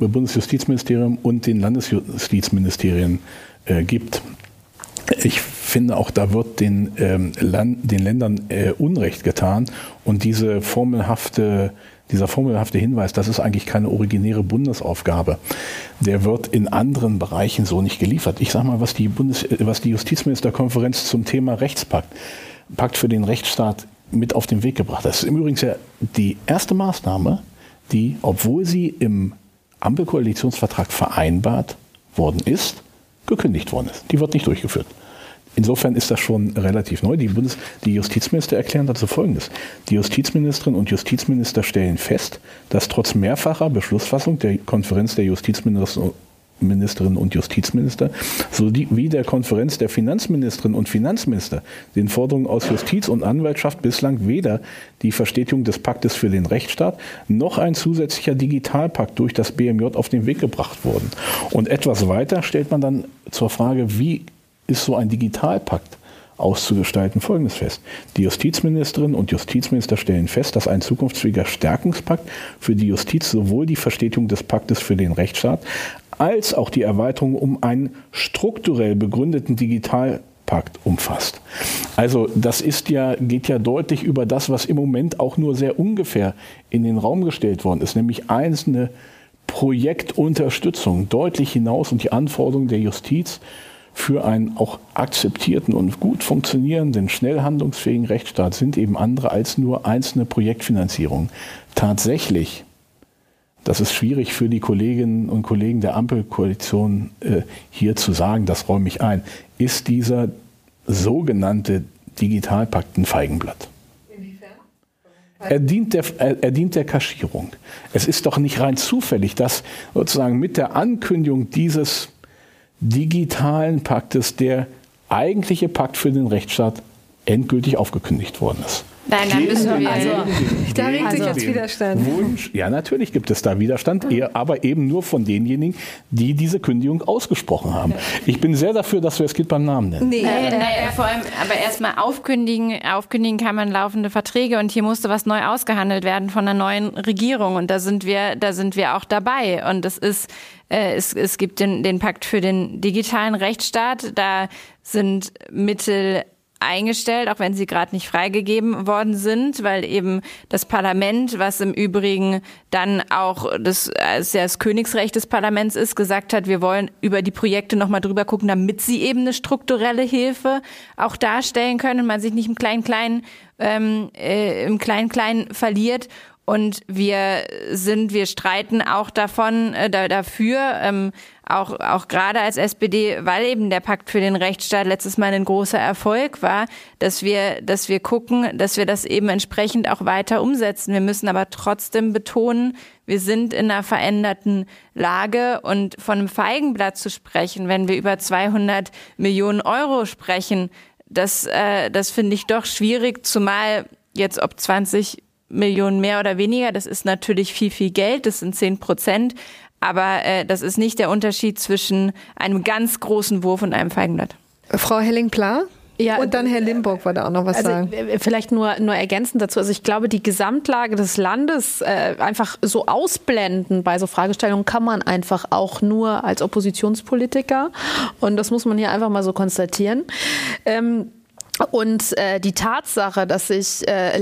Bundesjustizministerium und den Landesjustizministerien äh, gibt. Ich finde auch, da wird den, ähm, Land, den Ländern äh, Unrecht getan. Und diese formelhafte, dieser formelhafte Hinweis, das ist eigentlich keine originäre Bundesaufgabe, der wird in anderen Bereichen so nicht geliefert. Ich sage mal, was die, Bundes, was die Justizministerkonferenz zum Thema Rechtspakt, Pakt für den Rechtsstaat mit auf den Weg gebracht hat. Das ist im Übrigen ja die erste Maßnahme, die, obwohl sie im Ampelkoalitionsvertrag vereinbart worden ist, gekündigt worden ist. Die wird nicht durchgeführt. Insofern ist das schon relativ neu. Die, Bundes-, die Justizminister erklären dazu Folgendes. Die Justizministerinnen und Justizminister stellen fest, dass trotz mehrfacher Beschlussfassung der Konferenz der Justizministerinnen und Justizminister sowie der Konferenz der Finanzministerinnen und Finanzminister den Forderungen aus Justiz und Anwaltschaft bislang weder die Verstetigung des Paktes für den Rechtsstaat noch ein zusätzlicher Digitalpakt durch das B M J auf den Weg gebracht wurden. Und etwas weiter stellt man dann zur Frage, wie ist so ein Digitalpakt auszugestalten, Folgendes fest. Die Justizministerinnen und Justizminister stellen fest, dass ein zukunftsfähiger Stärkungspakt für die Justiz sowohl die Verstetigung des Paktes für den Rechtsstaat als auch die Erweiterung um einen strukturell begründeten Digitalpakt umfasst. Also das ist ja, geht ja deutlich über das, was im Moment auch nur sehr ungefähr in den Raum gestellt worden ist, nämlich einzelne Projektunterstützung deutlich hinaus und die Anforderungen der Justiz für einen auch akzeptierten und gut funktionierenden, schnell handlungsfähigen Rechtsstaat sind eben andere als nur einzelne Projektfinanzierungen. Tatsächlich, das ist schwierig für die Kolleginnen und Kollegen der Ampelkoalition äh, hier zu sagen, das räume ich ein, ist dieser sogenannte Digitalpakt ein Feigenblatt. Inwiefern? Er dient, der, er, er dient der Kaschierung. Es ist doch nicht rein zufällig, dass sozusagen mit der Ankündigung dieses digitalen Paktes der eigentliche Pakt für den Rechtsstaat endgültig aufgekündigt worden ist. Nein, dann müssen wir. Also, da regt sich also jetzt Widerstand. Wunsch, ja, natürlich gibt es da Widerstand, aber eben nur von denjenigen, die diese Kündigung ausgesprochen haben. Ich bin sehr dafür, dass wir es geht beim Namen nennen. Nee, äh, äh, vor allem, aber erstmal aufkündigen. Aufkündigen kann man laufende Verträge und hier musste was neu ausgehandelt werden von einer neuen Regierung und da sind wir, da sind wir auch dabei. Und es ist, äh, es, es gibt den, den Pakt für den digitalen Rechtsstaat. Da sind Mittel eingestellt, auch wenn sie gerade nicht freigegeben worden sind, weil eben das Parlament, was im Übrigen dann auch das, das, ja das Königsrecht des Parlaments ist, gesagt hat, wir wollen über die Projekte nochmal drüber gucken, damit sie eben eine strukturelle Hilfe auch darstellen können und man sich nicht im Klein-Klein ähm, äh, im Klein-Klein verliert. Und wir sind, wir streiten auch davon, äh, da, dafür, ähm, auch, auch gerade als S P D, weil eben der Pakt für den Rechtsstaat letztes Mal ein großer Erfolg war, dass wir, dass wir gucken, dass wir das eben entsprechend auch weiter umsetzen. Wir müssen aber trotzdem betonen, wir sind in einer veränderten Lage und von einem Feigenblatt zu sprechen, wenn wir über zweihundert Millionen Euro sprechen, das, äh, das finde ich doch schwierig, zumal jetzt ob zwanzig Millionen mehr oder weniger, das ist natürlich viel, viel Geld, das sind zehn Prozent, aber äh, das ist nicht der Unterschied zwischen einem ganz großen Wurf und einem Feigenblatt. Frau Helling-Pla? Ja, und dann Herr Limburg wollte auch noch was also sagen. Vielleicht nur, nur ergänzend dazu. Also ich glaube, die Gesamtlage des Landes äh, einfach so ausblenden bei so Fragestellungen kann man einfach auch nur als Oppositionspolitiker. Und das muss man hier einfach mal so konstatieren. Ähm, Und äh, die Tatsache, dass sich äh,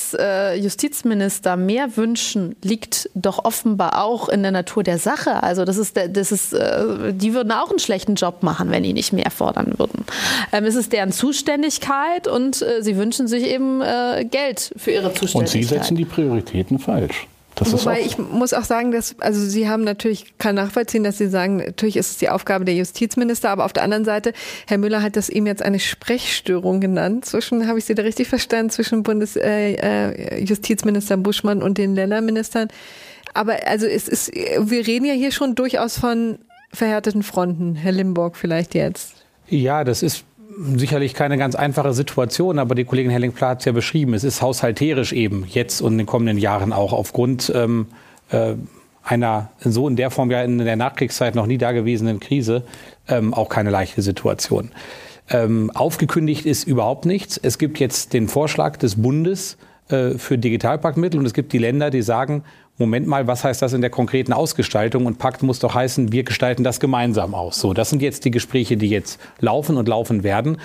Landesjustizminister äh, mehr wünschen, liegt doch offenbar auch in der Natur der Sache. Also das ist, das ist, äh, die würden auch einen schlechten Job machen, wenn die nicht mehr fordern würden. Ähm, es ist deren Zuständigkeit und äh, sie wünschen sich eben äh, Geld für ihre Zuständigkeit. Und sie setzen die Prioritäten falsch. Das Wobei ist auch ich muss auch sagen, dass, also Sie haben natürlich, kann nachvollziehen, dass Sie sagen, natürlich ist es die Aufgabe der Justizminister, aber auf der anderen Seite, Herr Müller hat das ihm jetzt eine Sprechstörung genannt, zwischen, habe ich Sie da richtig verstanden, zwischen Bundesjustizminister äh, Buschmann und den Länderministern. Aber also es ist, wir reden ja hier schon durchaus von verhärteten Fronten. Herr Limburg vielleicht jetzt. Ja, das ist sicherlich keine ganz einfache Situation, aber die Kollegin Helling-Pla hat es ja beschrieben. Es ist haushalterisch eben jetzt und in den kommenden Jahren auch aufgrund ähm, äh, einer so in der Form ja in der Nachkriegszeit noch nie dagewesenen Krise ähm, auch keine leichte Situation. Ähm, aufgekündigt ist überhaupt nichts. Es gibt jetzt den Vorschlag des Bundes äh, für Digitalpaktmittel und es gibt die Länder, die sagen, Moment mal, was heißt das in der konkreten Ausgestaltung? Und Pakt muss doch heißen, wir gestalten das gemeinsam aus. So, das sind jetzt die Gespräche, die jetzt laufen und laufen werden.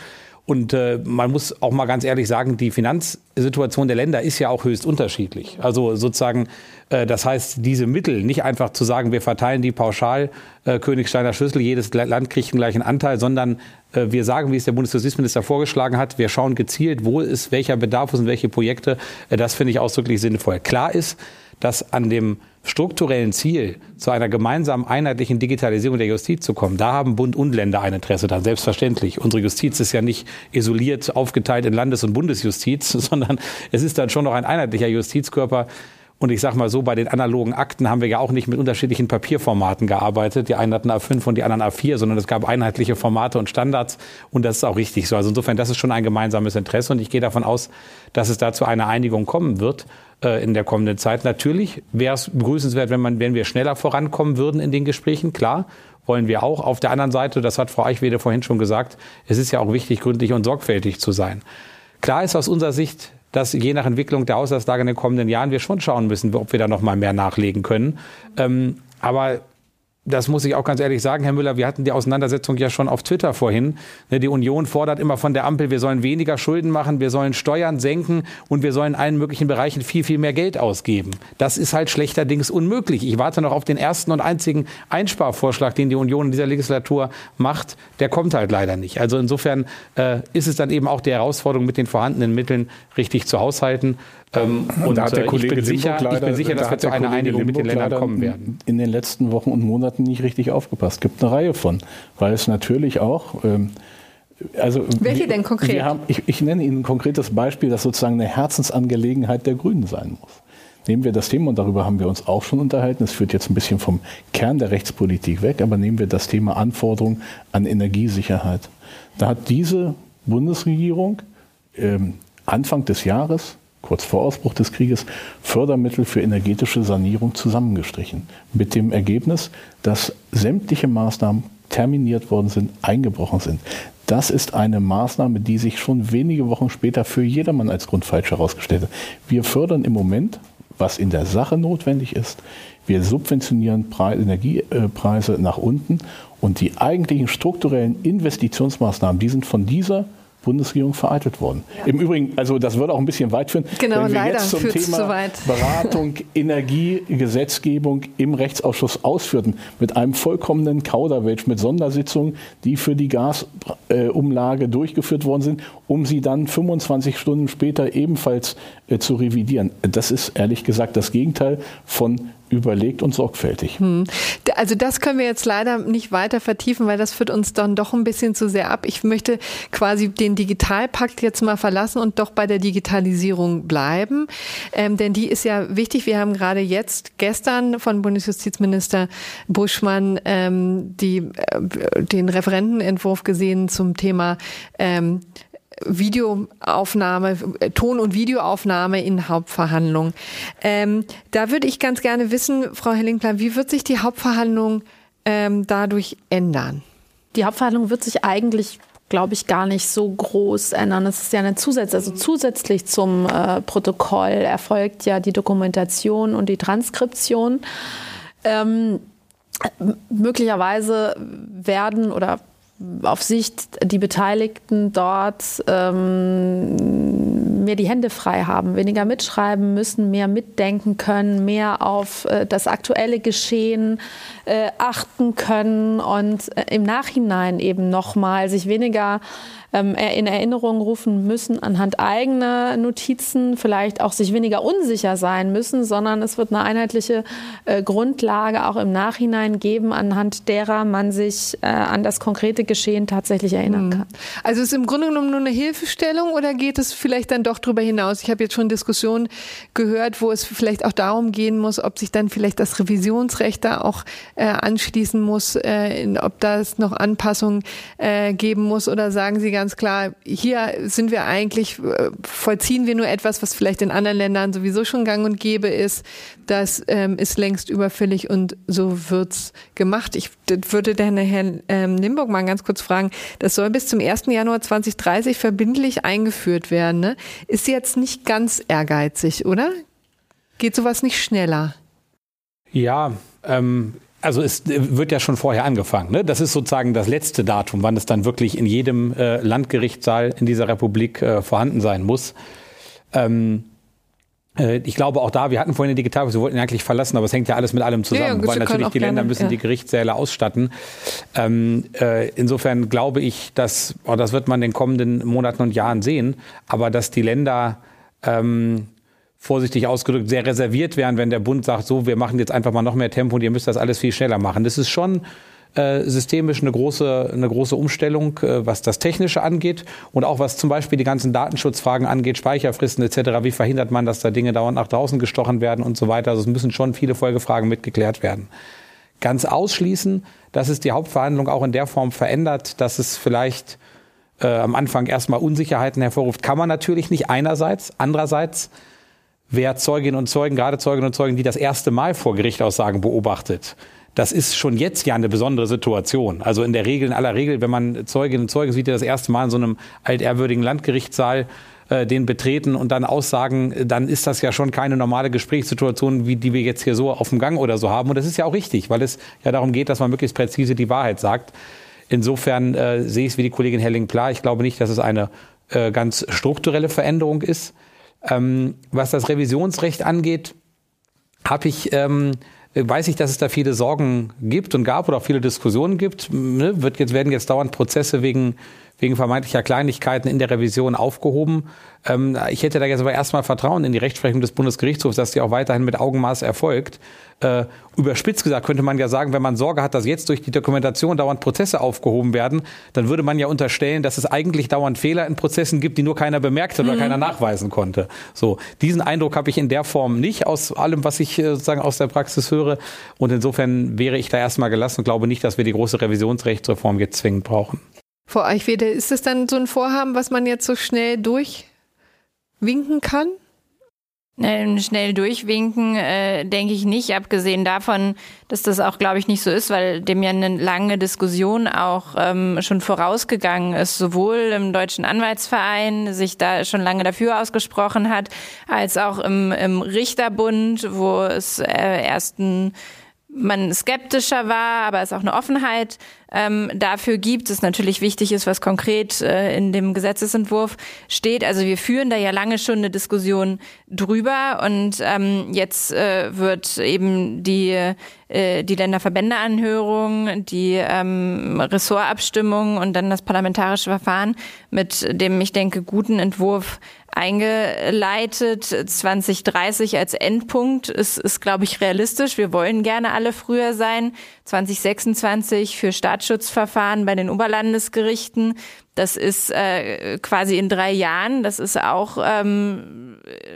Und äh, man muss auch mal ganz ehrlich sagen, die Finanzsituation der Länder ist ja auch höchst unterschiedlich. Also sozusagen, äh, das heißt, diese Mittel, nicht einfach zu sagen, wir verteilen die pauschal, äh, Königsteiner Schlüssel, jedes Land kriegt den gleichen Anteil, sondern äh, wir sagen, wie es der Bundesjustizminister vorgeschlagen hat, wir schauen gezielt, wo ist welcher Bedarf, wo sind welche Projekte. Äh, das finde ich ausdrücklich sinnvoll. Klar ist, dass an dem strukturellen Ziel, zu einer gemeinsamen, einheitlichen Digitalisierung der Justiz zu kommen, da haben Bund und Länder ein Interesse daran, selbstverständlich. Unsere Justiz ist ja nicht isoliert aufgeteilt in Landes- und Bundesjustiz, sondern es ist dann schon noch ein einheitlicher Justizkörper. Und ich sage mal so, bei den analogen Akten haben wir ja auch nicht mit unterschiedlichen Papierformaten gearbeitet. Die einen hatten A fünf und die anderen A vier, sondern es gab einheitliche Formate und Standards. Und das ist auch richtig so. Also insofern, das ist schon ein gemeinsames Interesse. Und ich gehe davon aus, dass es da zu einer Einigung kommen wird äh, in der kommenden Zeit. Natürlich wäre es begrüßenswert, wenn, man, wenn wir schneller vorankommen würden in den Gesprächen. Klar, wollen wir auch. Auf der anderen Seite, das hat Frau Eichwede vorhin schon gesagt, es ist ja auch wichtig, gründlich und sorgfältig zu sein. Klar ist aus unserer Sicht, dass je nach Entwicklung der Haushaltslage in den kommenden Jahren wir schon schauen müssen, ob wir da noch mal mehr nachlegen können. Ähm, aber das muss ich auch ganz ehrlich sagen, Herr Müller, wir hatten die Auseinandersetzung ja schon auf Twitter vorhin. Die Union fordert immer von der Ampel, wir sollen weniger Schulden machen, wir sollen Steuern senken und wir sollen in allen möglichen Bereichen viel, viel mehr Geld ausgeben. Das ist halt schlechterdings unmöglich. Ich warte noch auf den ersten und einzigen Einsparvorschlag, den die Union in dieser Legislatur macht. Der kommt halt leider nicht. Also insofern äh, ist es dann eben auch die Herausforderung, mit den vorhandenen Mitteln richtig zu haushalten. Ähm, und da hat der Kollege ich bin sicher, leider, ich bin sicher, dass da wir zu einer Einigung Limburg mit den Ländern kommen werden. In den letzten Wochen und Monaten nicht richtig aufgepasst. Es gibt eine Reihe von, weil es natürlich auch... Ähm, also Welche wir, denn konkret? Wir haben, ich, ich nenne Ihnen ein konkretes Beispiel, das sozusagen eine Herzensangelegenheit der Grünen sein muss. Nehmen wir das Thema, und darüber haben wir uns auch schon unterhalten, es führt jetzt ein bisschen vom Kern der Rechtspolitik weg, aber nehmen wir das Thema Anforderungen an Energiesicherheit. Da hat diese Bundesregierung ähm, Anfang des Jahres, kurz vor Ausbruch des Krieges, Fördermittel für energetische Sanierung zusammengestrichen. Mit dem Ergebnis, dass sämtliche Maßnahmen terminiert worden sind, eingebrochen sind. Das ist eine Maßnahme, die sich schon wenige Wochen später für jedermann als grundfalsch herausgestellt hat. Wir fördern im Moment, was in der Sache notwendig ist. Wir subventionieren Pre- Energiepreise nach unten und die eigentlichen strukturellen Investitionsmaßnahmen, die sind von dieser Bundesregierung vereitelt worden. Ja. Im Übrigen, also das würde auch ein bisschen weit führen, genau, wenn wir leider jetzt zum Thema zu weit. Beratung, Energie, Gesetzgebung im Rechtsausschuss ausführten, mit einem vollkommenen Kauderwelsch, mit Sondersitzungen, die für die Gasumlage äh, durchgeführt worden sind, um sie dann fünfundzwanzig Stunden später ebenfalls äh, zu revidieren. Das ist ehrlich gesagt das Gegenteil von überlegt und sorgfältig. Hm. Also das können wir jetzt leider nicht weiter vertiefen, weil das führt uns dann doch ein bisschen zu sehr ab. Ich möchte quasi den Digitalpakt jetzt mal verlassen und doch bei der Digitalisierung bleiben, ähm, denn die ist ja wichtig. Wir haben gerade jetzt gestern von Bundesjustizminister Buschmann ähm, die, äh, den Referentenentwurf gesehen zum Thema ähm, Videoaufnahme, Ton- und Videoaufnahme in Hauptverhandlungen. Ähm, da würde ich ganz gerne wissen, Frau Hellingplan, wie wird sich die Hauptverhandlung ähm, dadurch ändern? Die Hauptverhandlung wird sich eigentlich, glaube ich, gar nicht so groß ändern. Es ist ja eine Zusatz, also zusätzlich zum äh, Protokoll erfolgt ja die Dokumentation und die Transkription. Ähm, möglicherweise werden oder auf Sicht die Beteiligten dort ähm, mehr die Hände frei haben, weniger mitschreiben müssen, mehr mitdenken können, mehr auf äh, das aktuelle Geschehen äh, achten können und äh, im Nachhinein eben nochmal sich weniger ähm, in Erinnerung rufen müssen anhand eigener Notizen, vielleicht auch sich weniger unsicher sein müssen, sondern es wird eine einheitliche äh, Grundlage auch im Nachhinein geben, anhand derer man sich äh, an das konkrete Geschehen tatsächlich erinnern kann. Also ist im Grunde genommen nur eine Hilfestellung oder geht es vielleicht dann doch darüber hinaus? Ich habe jetzt schon Diskussionen gehört, wo es vielleicht auch darum gehen muss, ob sich dann vielleicht das Revisionsrecht da auch äh, anschließen muss, äh, ob da es noch Anpassungen äh, geben muss, oder sagen Sie ganz klar, hier sind wir eigentlich, äh, vollziehen wir nur etwas, was vielleicht in anderen Ländern sowieso schon gang und gäbe ist. Das ähm, ist längst überfällig und so wird's gemacht. Ich würde den Herrn ähm, Limburg mal ganz kurz fragen, das soll bis zum ersten Januar zweitausenddreißig verbindlich eingeführt werden. Ne? Ist jetzt nicht ganz ehrgeizig, oder? Geht sowas nicht schneller? Ja, ähm, Also es wird ja schon vorher angefangen. Ne? Das ist sozusagen das letzte Datum, wann es dann wirklich in jedem äh, Landgerichtssaal in dieser Republik äh, vorhanden sein muss. Ähm, äh, ich glaube auch da, wir hatten vorhin die Digital, wir wollten ihn eigentlich verlassen, aber es hängt ja alles mit allem zusammen, ja, ja, weil natürlich die Länder gerne, müssen ja. die Gerichtssäle ausstatten. Ähm, äh, insofern glaube ich, dass, oh, das wird man in den kommenden Monaten und Jahren sehen, aber dass die Länder ähm, vorsichtig ausgedrückt, sehr reserviert wären, wenn der Bund sagt, so, wir machen jetzt einfach mal noch mehr Tempo und ihr müsst das alles viel schneller machen. Das ist schon äh, systemisch eine große, eine große Umstellung, äh, was das Technische angeht und auch was zum Beispiel die ganzen Datenschutzfragen angeht, Speicherfristen et cetera. Wie verhindert man, dass da Dinge dauernd nach draußen gestochen werden und so weiter. Also es müssen schon viele Folgefragen mitgeklärt werden. Ganz ausschließen, dass es die Hauptverhandlung auch in der Form verändert, dass es vielleicht äh, am Anfang erstmal Unsicherheiten hervorruft, kann man natürlich nicht einerseits. Andererseits, wer Zeuginnen und Zeugen, gerade Zeuginnen und Zeugen, die das erste Mal vor Gericht aussagen, beobachtet, das ist schon jetzt ja eine besondere Situation. Also in der Regel, in aller Regel, wenn man Zeuginnen und Zeugen sieht, die das erste Mal in so einem altehrwürdigen Landgerichtssaal äh, den betreten und dann aussagen, dann ist das ja schon keine normale Gesprächssituation, wie die wir jetzt hier so auf dem Gang oder so haben. Und das ist ja auch richtig, weil es ja darum geht, dass man möglichst präzise die Wahrheit sagt. Insofern äh, sehe ich es wie die Kollegin Helling-Pla. Ich glaube nicht, dass es eine äh, ganz strukturelle Veränderung ist. Ähm, was das Revisionsrecht angeht, habe ich, ähm, weiß ich, dass es da viele Sorgen gibt und gab oder auch viele Diskussionen gibt. Ne? Wird jetzt, werden jetzt dauernd Prozesse wegen, wegen vermeintlicher Kleinigkeiten in der Revision aufgehoben. Ähm, ich hätte da jetzt aber erstmal Vertrauen in die Rechtsprechung des Bundesgerichtshofs, dass die auch weiterhin mit Augenmaß erfolgt. Äh, überspitzt gesagt könnte man ja sagen, wenn man Sorge hat, dass jetzt durch die Dokumentation dauernd Prozesse aufgehoben werden, dann würde man ja unterstellen, dass es eigentlich dauernd Fehler in Prozessen gibt, die nur keiner bemerkt hat oder mhm. keiner nachweisen konnte. So, diesen Eindruck habe ich in der Form nicht, aus allem, was ich äh, sozusagen aus der Praxis höre. Und insofern wäre ich da erstmal gelassen und glaube nicht, dass wir die große Revisionsrechtsreform jetzt zwingend brauchen. Frau Eichwede, ist es dann so ein Vorhaben, was man jetzt so schnell durchwinken kann? Schnell durchwinken, äh, denke ich nicht, abgesehen davon, dass das auch, glaube ich, nicht so ist, weil dem ja eine lange Diskussion auch ähm, schon vorausgegangen ist, sowohl im Deutschen Anwaltsverein sich da schon lange dafür ausgesprochen hat, als auch im, im Richterbund, wo es äh, erst ein man skeptischer war, aber es auch eine Offenheit ähm, dafür gibt, es natürlich wichtig ist, was konkret äh, in dem Gesetzesentwurf steht. Also wir führen da ja lange schon eine Diskussion drüber und ähm, jetzt äh, wird eben die äh, die Länderverbändeanhörung, die ähm, Ressortabstimmung und dann das parlamentarische Verfahren mit dem, ich denke, guten Entwurf eingeleitet. zwanzig dreißig als Endpunkt ist, ist, glaube ich, realistisch. Wir wollen gerne alle früher sein. zwanzig sechsundzwanzig für Staatsschutzverfahren bei den Oberlandesgerichten. Das ist äh, quasi in drei Jahren. Das ist auch ähm,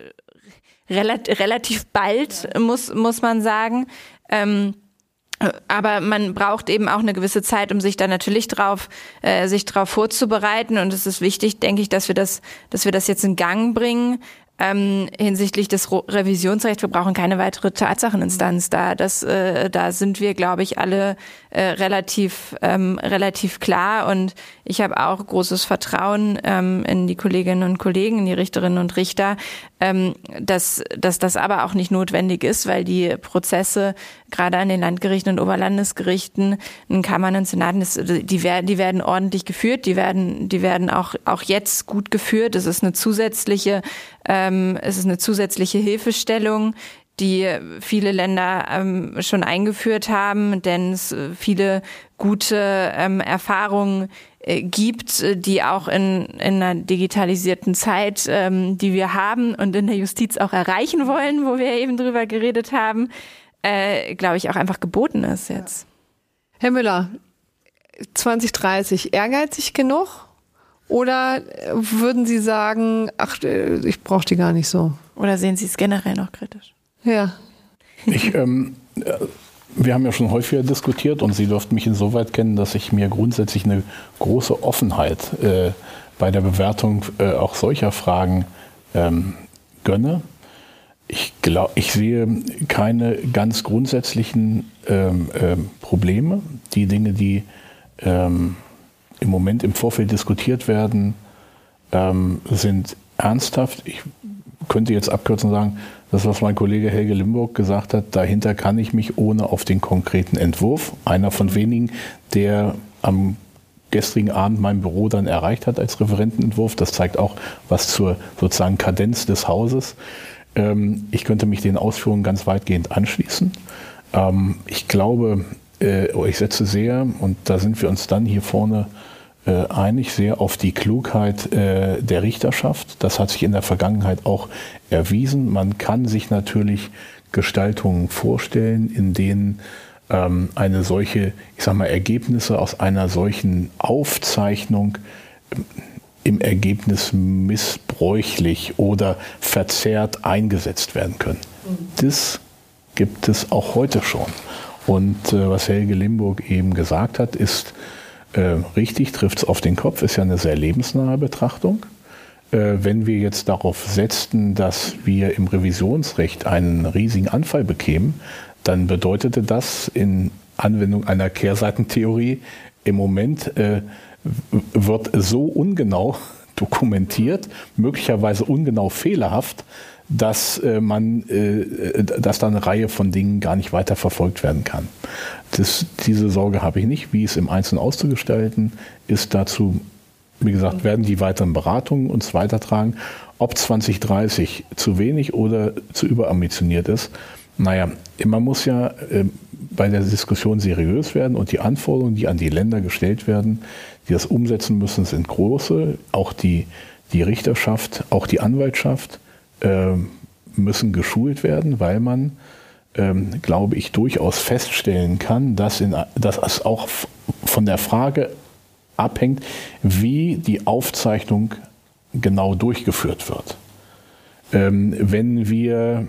relat- relativ bald, muss, muss man sagen. Ähm, Aber man braucht eben auch eine gewisse Zeit, um sich da natürlich drauf, äh, sich drauf vorzubereiten. Und es ist wichtig, denke ich, dass wir das, dass wir das jetzt in Gang bringen. Ähm, hinsichtlich des Ro- Revisionsrechts, wir brauchen keine weitere Tatsacheninstanz da. Das, äh, da sind wir, glaube ich, alle äh, relativ, ähm, relativ klar. Und ich habe auch großes Vertrauen ähm, in die Kolleginnen und Kollegen, in die Richterinnen und Richter, ähm, dass, dass das aber auch nicht notwendig ist, weil die Prozesse gerade an den Landgerichten und Oberlandesgerichten, in Kammern und Senaten, das, die werden, die werden ordentlich geführt, die werden, die werden auch, auch jetzt gut geführt. Es ist eine zusätzliche Ähm, es ist eine zusätzliche Hilfestellung, die viele Länder ähm, schon eingeführt haben, denn es viele gute ähm, Erfahrungen äh, gibt, die auch in, in einer digitalisierten Zeit, ähm, die wir haben und in der Justiz auch erreichen wollen, wo wir eben drüber geredet haben, äh, glaube ich, auch einfach geboten ist jetzt. Herr Müller, zwanzig dreißig, ehrgeizig genug? Oder würden Sie sagen, ach, ich brauche die gar nicht so? Oder sehen Sie es generell noch kritisch? Ja. Ich, ähm, wir haben ja schon häufiger diskutiert und Sie dürften mich insoweit kennen, dass ich mir grundsätzlich eine große Offenheit äh, bei der Bewertung äh, auch solcher Fragen ähm, gönne. Ich glaube, ich sehe keine ganz grundsätzlichen ähm, ähm, Probleme. Die Dinge, die ähm, im Moment im Vorfeld diskutiert werden, ähm, sind ernsthaft. Ich könnte jetzt abkürzen und sagen, das, was mein Kollege Helge Limburg gesagt hat, dahinter kann ich mich ohne auf den konkreten Entwurf, einer von wenigen, der am gestrigen Abend mein Büro dann erreicht hat als Referentenentwurf, das zeigt auch was zur sozusagen Kadenz des Hauses. Ähm, ich könnte mich den Ausführungen ganz weitgehend anschließen. Ähm, ich glaube, äh, ich setze sehr, und da sind wir uns dann hier vorne äh, einig, sehr auf die Klugheit äh, der Richterschaft. Das hat sich in der Vergangenheit auch erwiesen. Man kann sich natürlich Gestaltungen vorstellen, in denen ähm, eine solche, ich sag mal, Ergebnisse aus einer solchen Aufzeichnung im Ergebnis missbräuchlich oder verzerrt eingesetzt werden können. Das gibt es auch heute schon. Und äh, was Helge Limburg eben gesagt hat, ist äh, richtig, trifft es auf den Kopf, ist ja eine sehr lebensnahe Betrachtung. Äh, wenn wir jetzt darauf setzten, dass wir im Revisionsrecht einen riesigen Anfall bekämen, dann bedeutete das in Anwendung einer Kehrseitentheorie, im Moment äh, wird so ungenau dokumentiert, möglicherweise ungenau fehlerhaft, dass äh, man, äh, dass da eine Reihe von Dingen gar nicht weiter verfolgt werden kann. Das, diese Sorge habe ich nicht. Wie es im Einzelnen auszugestalten ist, dazu, wie gesagt, werden die weiteren Beratungen uns weitertragen. Ob zwanzig dreißig zu wenig oder zu überambitioniert ist, naja, man muss ja äh, bei der Diskussion seriös werden, und die Anforderungen, die an die Länder gestellt werden, die das umsetzen müssen, sind große. Auch die, die Richterschaft, auch die Anwaltschaft äh, müssen geschult werden, weil man, ähm, glaube ich, durchaus feststellen kann, dass, in, dass es auch von der Frage abhängt, wie die Aufzeichnung genau durchgeführt wird. Ähm, wenn wir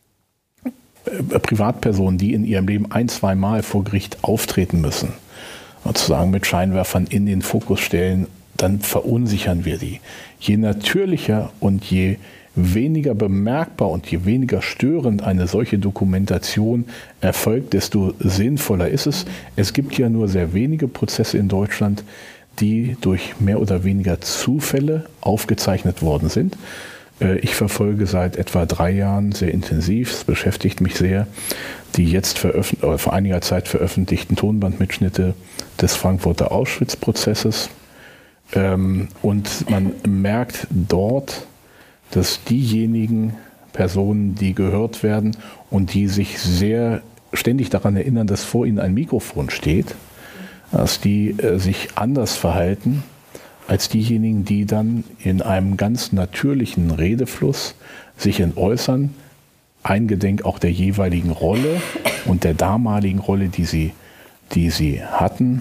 Privatpersonen, die in ihrem Leben ein, zwei Mal vor Gericht auftreten müssen, sozusagen mit Scheinwerfern in den Fokus stellen, dann verunsichern wir die. Je natürlicher und je weniger bemerkbar und je weniger störend eine solche Dokumentation erfolgt, desto sinnvoller ist es. Es gibt ja nur sehr wenige Prozesse in Deutschland, die durch mehr oder weniger Zufälle aufgezeichnet worden sind. Ich verfolge seit etwa drei Jahren sehr intensiv, es beschäftigt mich sehr, die jetzt veröffent- oder vor einiger Zeit veröffentlichten Tonbandmitschnitte des Frankfurter Auschwitz-Prozesses. Und man merkt dort, dass diejenigen Personen, die gehört werden und die sich sehr ständig daran erinnern, dass vor ihnen ein Mikrofon steht, dass die sich anders verhalten als diejenigen, die dann in einem ganz natürlichen Redefluss sich äußern, eingedenk auch der jeweiligen Rolle und der damaligen Rolle, die sie, die sie hatten.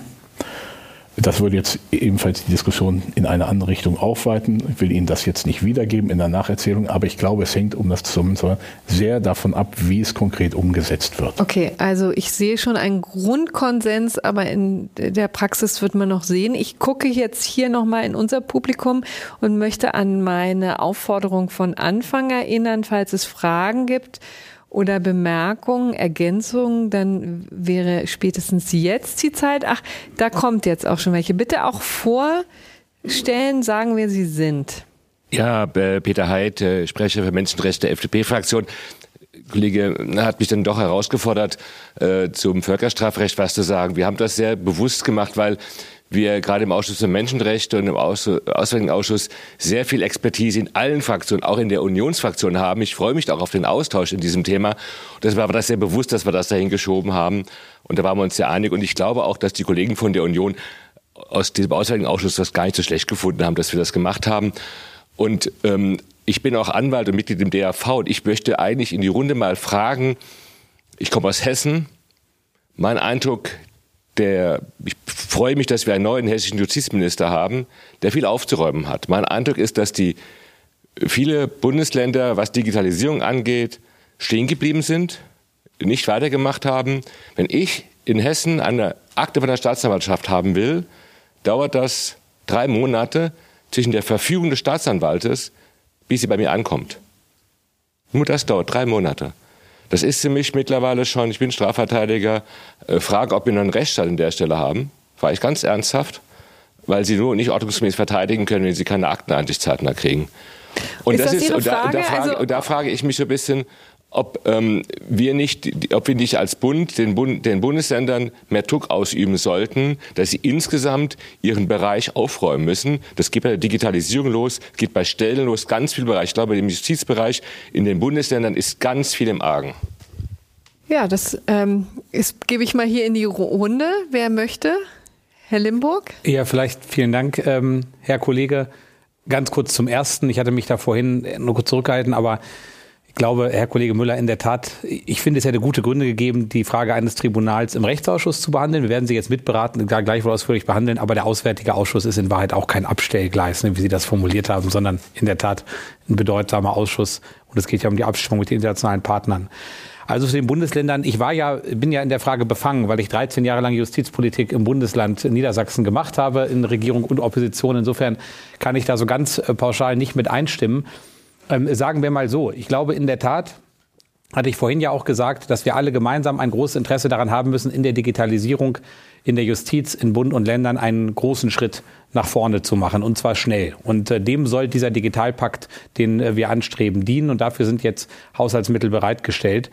Das würde jetzt ebenfalls die Diskussion in eine andere Richtung aufweiten. Ich will Ihnen das jetzt nicht wiedergeben in der Nacherzählung, aber ich glaube, es hängt, um das zu sagen, sehr davon ab, wie es konkret umgesetzt wird. Okay, also ich sehe schon einen Grundkonsens, aber in der Praxis wird man noch sehen. Ich gucke jetzt hier nochmal in unser Publikum und möchte an meine Aufforderung von Anfang erinnern, falls es Fragen gibt oder Bemerkungen, Ergänzungen, dann wäre spätestens jetzt die Zeit. Ach, da kommt jetzt auch schon welche. Bitte auch vorstellen, sagen, wer Sie sind. Ja, Peter Heid, Sprecher für Menschenrechte der F D P-Fraktion. Kollege hat mich dann doch herausgefordert, äh, zum Völkerstrafrecht was zu sagen. Wir haben das sehr bewusst gemacht, weil wir gerade im Ausschuss für Menschenrechte und im Auswärtigen Ausschuss sehr viel Expertise in allen Fraktionen, auch in der Unionsfraktion haben. Ich freue mich auch auf den Austausch in diesem Thema. Und deshalb war das sehr bewusst, dass wir das dahin geschoben haben. Und da waren wir uns sehr einig. Und ich glaube auch, dass die Kollegen von der Union aus diesem Auswärtigen Ausschuss das gar nicht so schlecht gefunden haben, dass wir das gemacht haben. Und ähm, ich bin auch Anwalt und Mitglied im D A V. Und ich möchte eigentlich in die Runde mal fragen, ich komme aus Hessen, mein Eindruck, Der, ich freue mich, dass wir einen neuen hessischen Justizminister haben, der viel aufzuräumen hat. Mein Eindruck ist, dass die viele Bundesländer, was Digitalisierung angeht, stehen geblieben sind, nicht weitergemacht haben. Wenn ich in Hessen eine Akte von der Staatsanwaltschaft haben will, dauert das drei Monate zwischen der Verfügung des Staatsanwaltes, bis sie bei mir ankommt. Nur das dauert drei Monate. Das ist für mich mittlerweile schon, ich bin Strafverteidiger, äh, Frage, ob wir noch einen Rechtsstaat an der Stelle haben, war ich ganz ernsthaft. weil sie nur nicht ordnungsgemäß verteidigen können, wenn sie keine Akteneinsicht zeitnah kriegen. Und ist das, das ist, Ihre und da, Frage? und da, frage, also, und da frage ich mich so ein bisschen, ob ähm, wir nicht, ob wir nicht als Bund den, Bund den Bundesländern mehr Druck ausüben sollten, dass sie insgesamt ihren Bereich aufräumen müssen. Das geht bei der Digitalisierung los, geht bei Stellen los, ganz viel Bereich. Ich glaube, im Justizbereich in den Bundesländern ist ganz viel im Argen. Ja, das ähm, ist, gebe ich mal hier in die Runde. Wer möchte? Herr Limburg? Ja, vielleicht vielen Dank, ähm, Herr Kollege. Ganz kurz zum Ersten. Ich hatte mich da vorhin nur kurz zurückgehalten, aber ich glaube, Herr Kollege Müller, in der Tat, ich finde, es hätte gute Gründe gegeben, die Frage eines Tribunals im Rechtsausschuss zu behandeln. Wir werden sie jetzt mitberaten, gleichwohl ausführlich behandeln, aber der Auswärtige Ausschuss ist in Wahrheit auch kein Abstellgleis, wie Sie das formuliert haben, sondern in der Tat ein bedeutsamer Ausschuss. Und es geht ja um die Abstimmung mit den internationalen Partnern. Also zu den Bundesländern. Ich war ja, bin ja in der Frage befangen, weil ich dreizehn Jahre lang Justizpolitik im Bundesland Niedersachsen gemacht habe, in Regierung und Opposition. Insofern kann ich da so ganz pauschal nicht mit einstimmen. Ähm, sagen wir mal so, ich glaube in der Tat, hatte ich vorhin ja auch gesagt, dass wir alle gemeinsam ein großes Interesse daran haben müssen, in der Digitalisierung, in der Justiz, in Bund und Ländern einen großen Schritt nach vorne zu machen, und zwar schnell. Und äh, dem soll dieser Digitalpakt, den äh, wir anstreben, dienen, und dafür sind jetzt Haushaltsmittel bereitgestellt.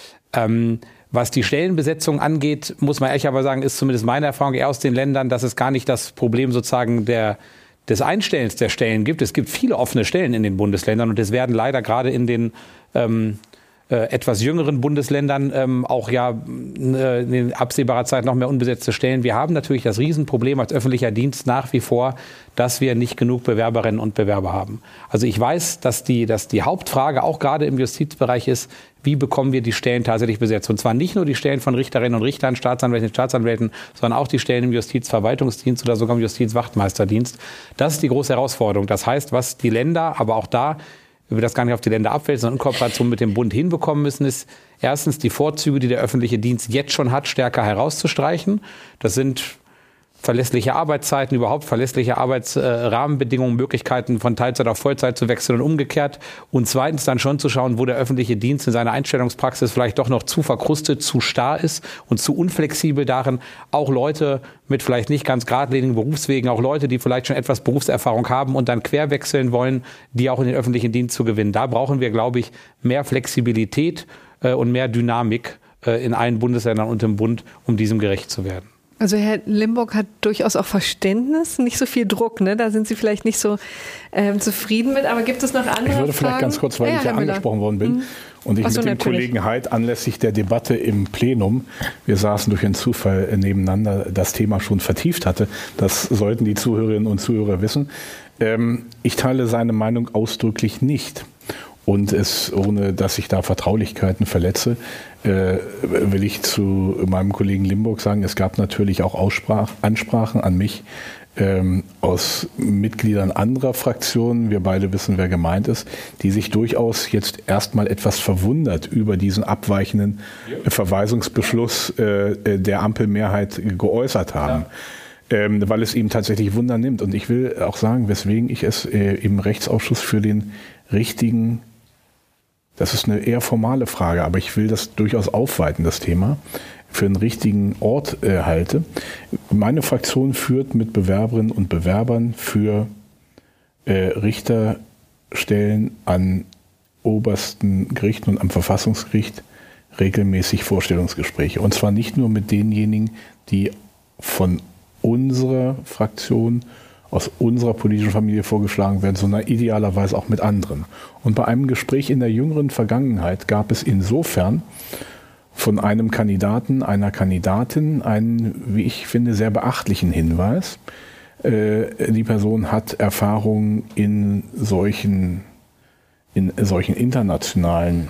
Ähm, Was die Stellenbesetzung angeht, muss man ehrlicherweise sagen, ist zumindest meine Erfahrung eher aus den Ländern, dass es gar nicht das Problem sozusagen der des Einstellens der Stellen gibt. Es gibt viele offene Stellen in den Bundesländern, und es werden leider gerade in den ähm, äh, etwas jüngeren Bundesländern ähm, auch ja äh, in absehbarer Zeit noch mehr unbesetzte Stellen. Wir haben natürlich das Riesenproblem als öffentlicher Dienst nach wie vor, dass wir nicht genug Bewerberinnen und Bewerber haben. Also ich weiß, dass die, dass die Hauptfrage auch gerade im Justizbereich ist, wie bekommen wir die Stellen tatsächlich besetzt? Und zwar nicht nur die Stellen von Richterinnen und Richtern, Staatsanwältinnen und Staatsanwälten, sondern auch die Stellen im Justizverwaltungsdienst oder sogar im Justizwachtmeisterdienst. Das ist die große Herausforderung. Das heißt, was die Länder, aber auch da, wir das gar nicht auf die Länder abwälzen, sondern in Kooperation mit dem Bund hinbekommen müssen, ist erstens die Vorzüge, die der öffentliche Dienst jetzt schon hat, stärker herauszustreichen. Das sind verlässliche Arbeitszeiten, überhaupt verlässliche Arbeitsrahmenbedingungen, äh, Möglichkeiten von Teilzeit auf Vollzeit zu wechseln und umgekehrt. Und zweitens dann schon zu schauen, wo der öffentliche Dienst in seiner Einstellungspraxis vielleicht doch noch zu verkrustet, zu starr ist und zu unflexibel darin, auch Leute mit vielleicht nicht ganz geradlinigen Berufswegen, auch Leute, die vielleicht schon etwas Berufserfahrung haben und dann querwechseln wollen, die auch in den öffentlichen Dienst zu gewinnen. Da brauchen wir, glaube ich, mehr Flexibilität äh, und mehr Dynamik äh, in allen Bundesländern und im Bund, um diesem gerecht zu werden. Also Herr Limburg hat durchaus auch Verständnis, nicht so viel Druck, ne? Da sind Sie vielleicht nicht so ähm, zufrieden mit. Aber gibt es noch andere Fragen? Ich würde vielleicht Fragen? ganz kurz, weil ja, ich ja Herr angesprochen worden bin, mhm. und ich so, mit dem natürlich. Kollegen Haidt anlässlich der Debatte im Plenum, wir saßen durch einen Zufall nebeneinander, das Thema schon vertieft hatte. Das sollten die Zuhörerinnen und Zuhörer wissen. Ähm, ich teile seine Meinung ausdrücklich nicht. Und es, ohne dass ich da Vertraulichkeiten verletze, äh, will ich zu meinem Kollegen Limburg sagen, es gab natürlich auch Aussprach, Ansprachen an mich ähm, aus Mitgliedern anderer Fraktionen, wir beide wissen, wer gemeint ist, die sich durchaus jetzt erstmal etwas verwundert über diesen abweichenden äh, Verweisungsbeschluss äh, der Ampelmehrheit geäußert haben. Ja. Ähm, weil es ihm tatsächlich Wunder nimmt. Und ich will auch sagen, weswegen ich es äh, im Rechtsausschuss für den richtigen, das ist eine eher formale Frage, aber ich will das durchaus aufweiten, das Thema, für einen richtigen Ort äh, halte. Meine Fraktion führt mit Bewerberinnen und Bewerbern für äh, Richterstellen an obersten Gerichten und am Verfassungsgericht regelmäßig Vorstellungsgespräche. Und zwar nicht nur mit denjenigen, die von unserer Fraktion, aus unserer politischen Familie vorgeschlagen werden, sondern idealerweise auch mit anderen. Und bei einem Gespräch in der jüngeren Vergangenheit gab es insofern von einem Kandidaten, einer Kandidatin einen, wie ich finde, sehr beachtlichen Hinweis. Äh, die Person hat Erfahrung in solchen, in solchen internationalen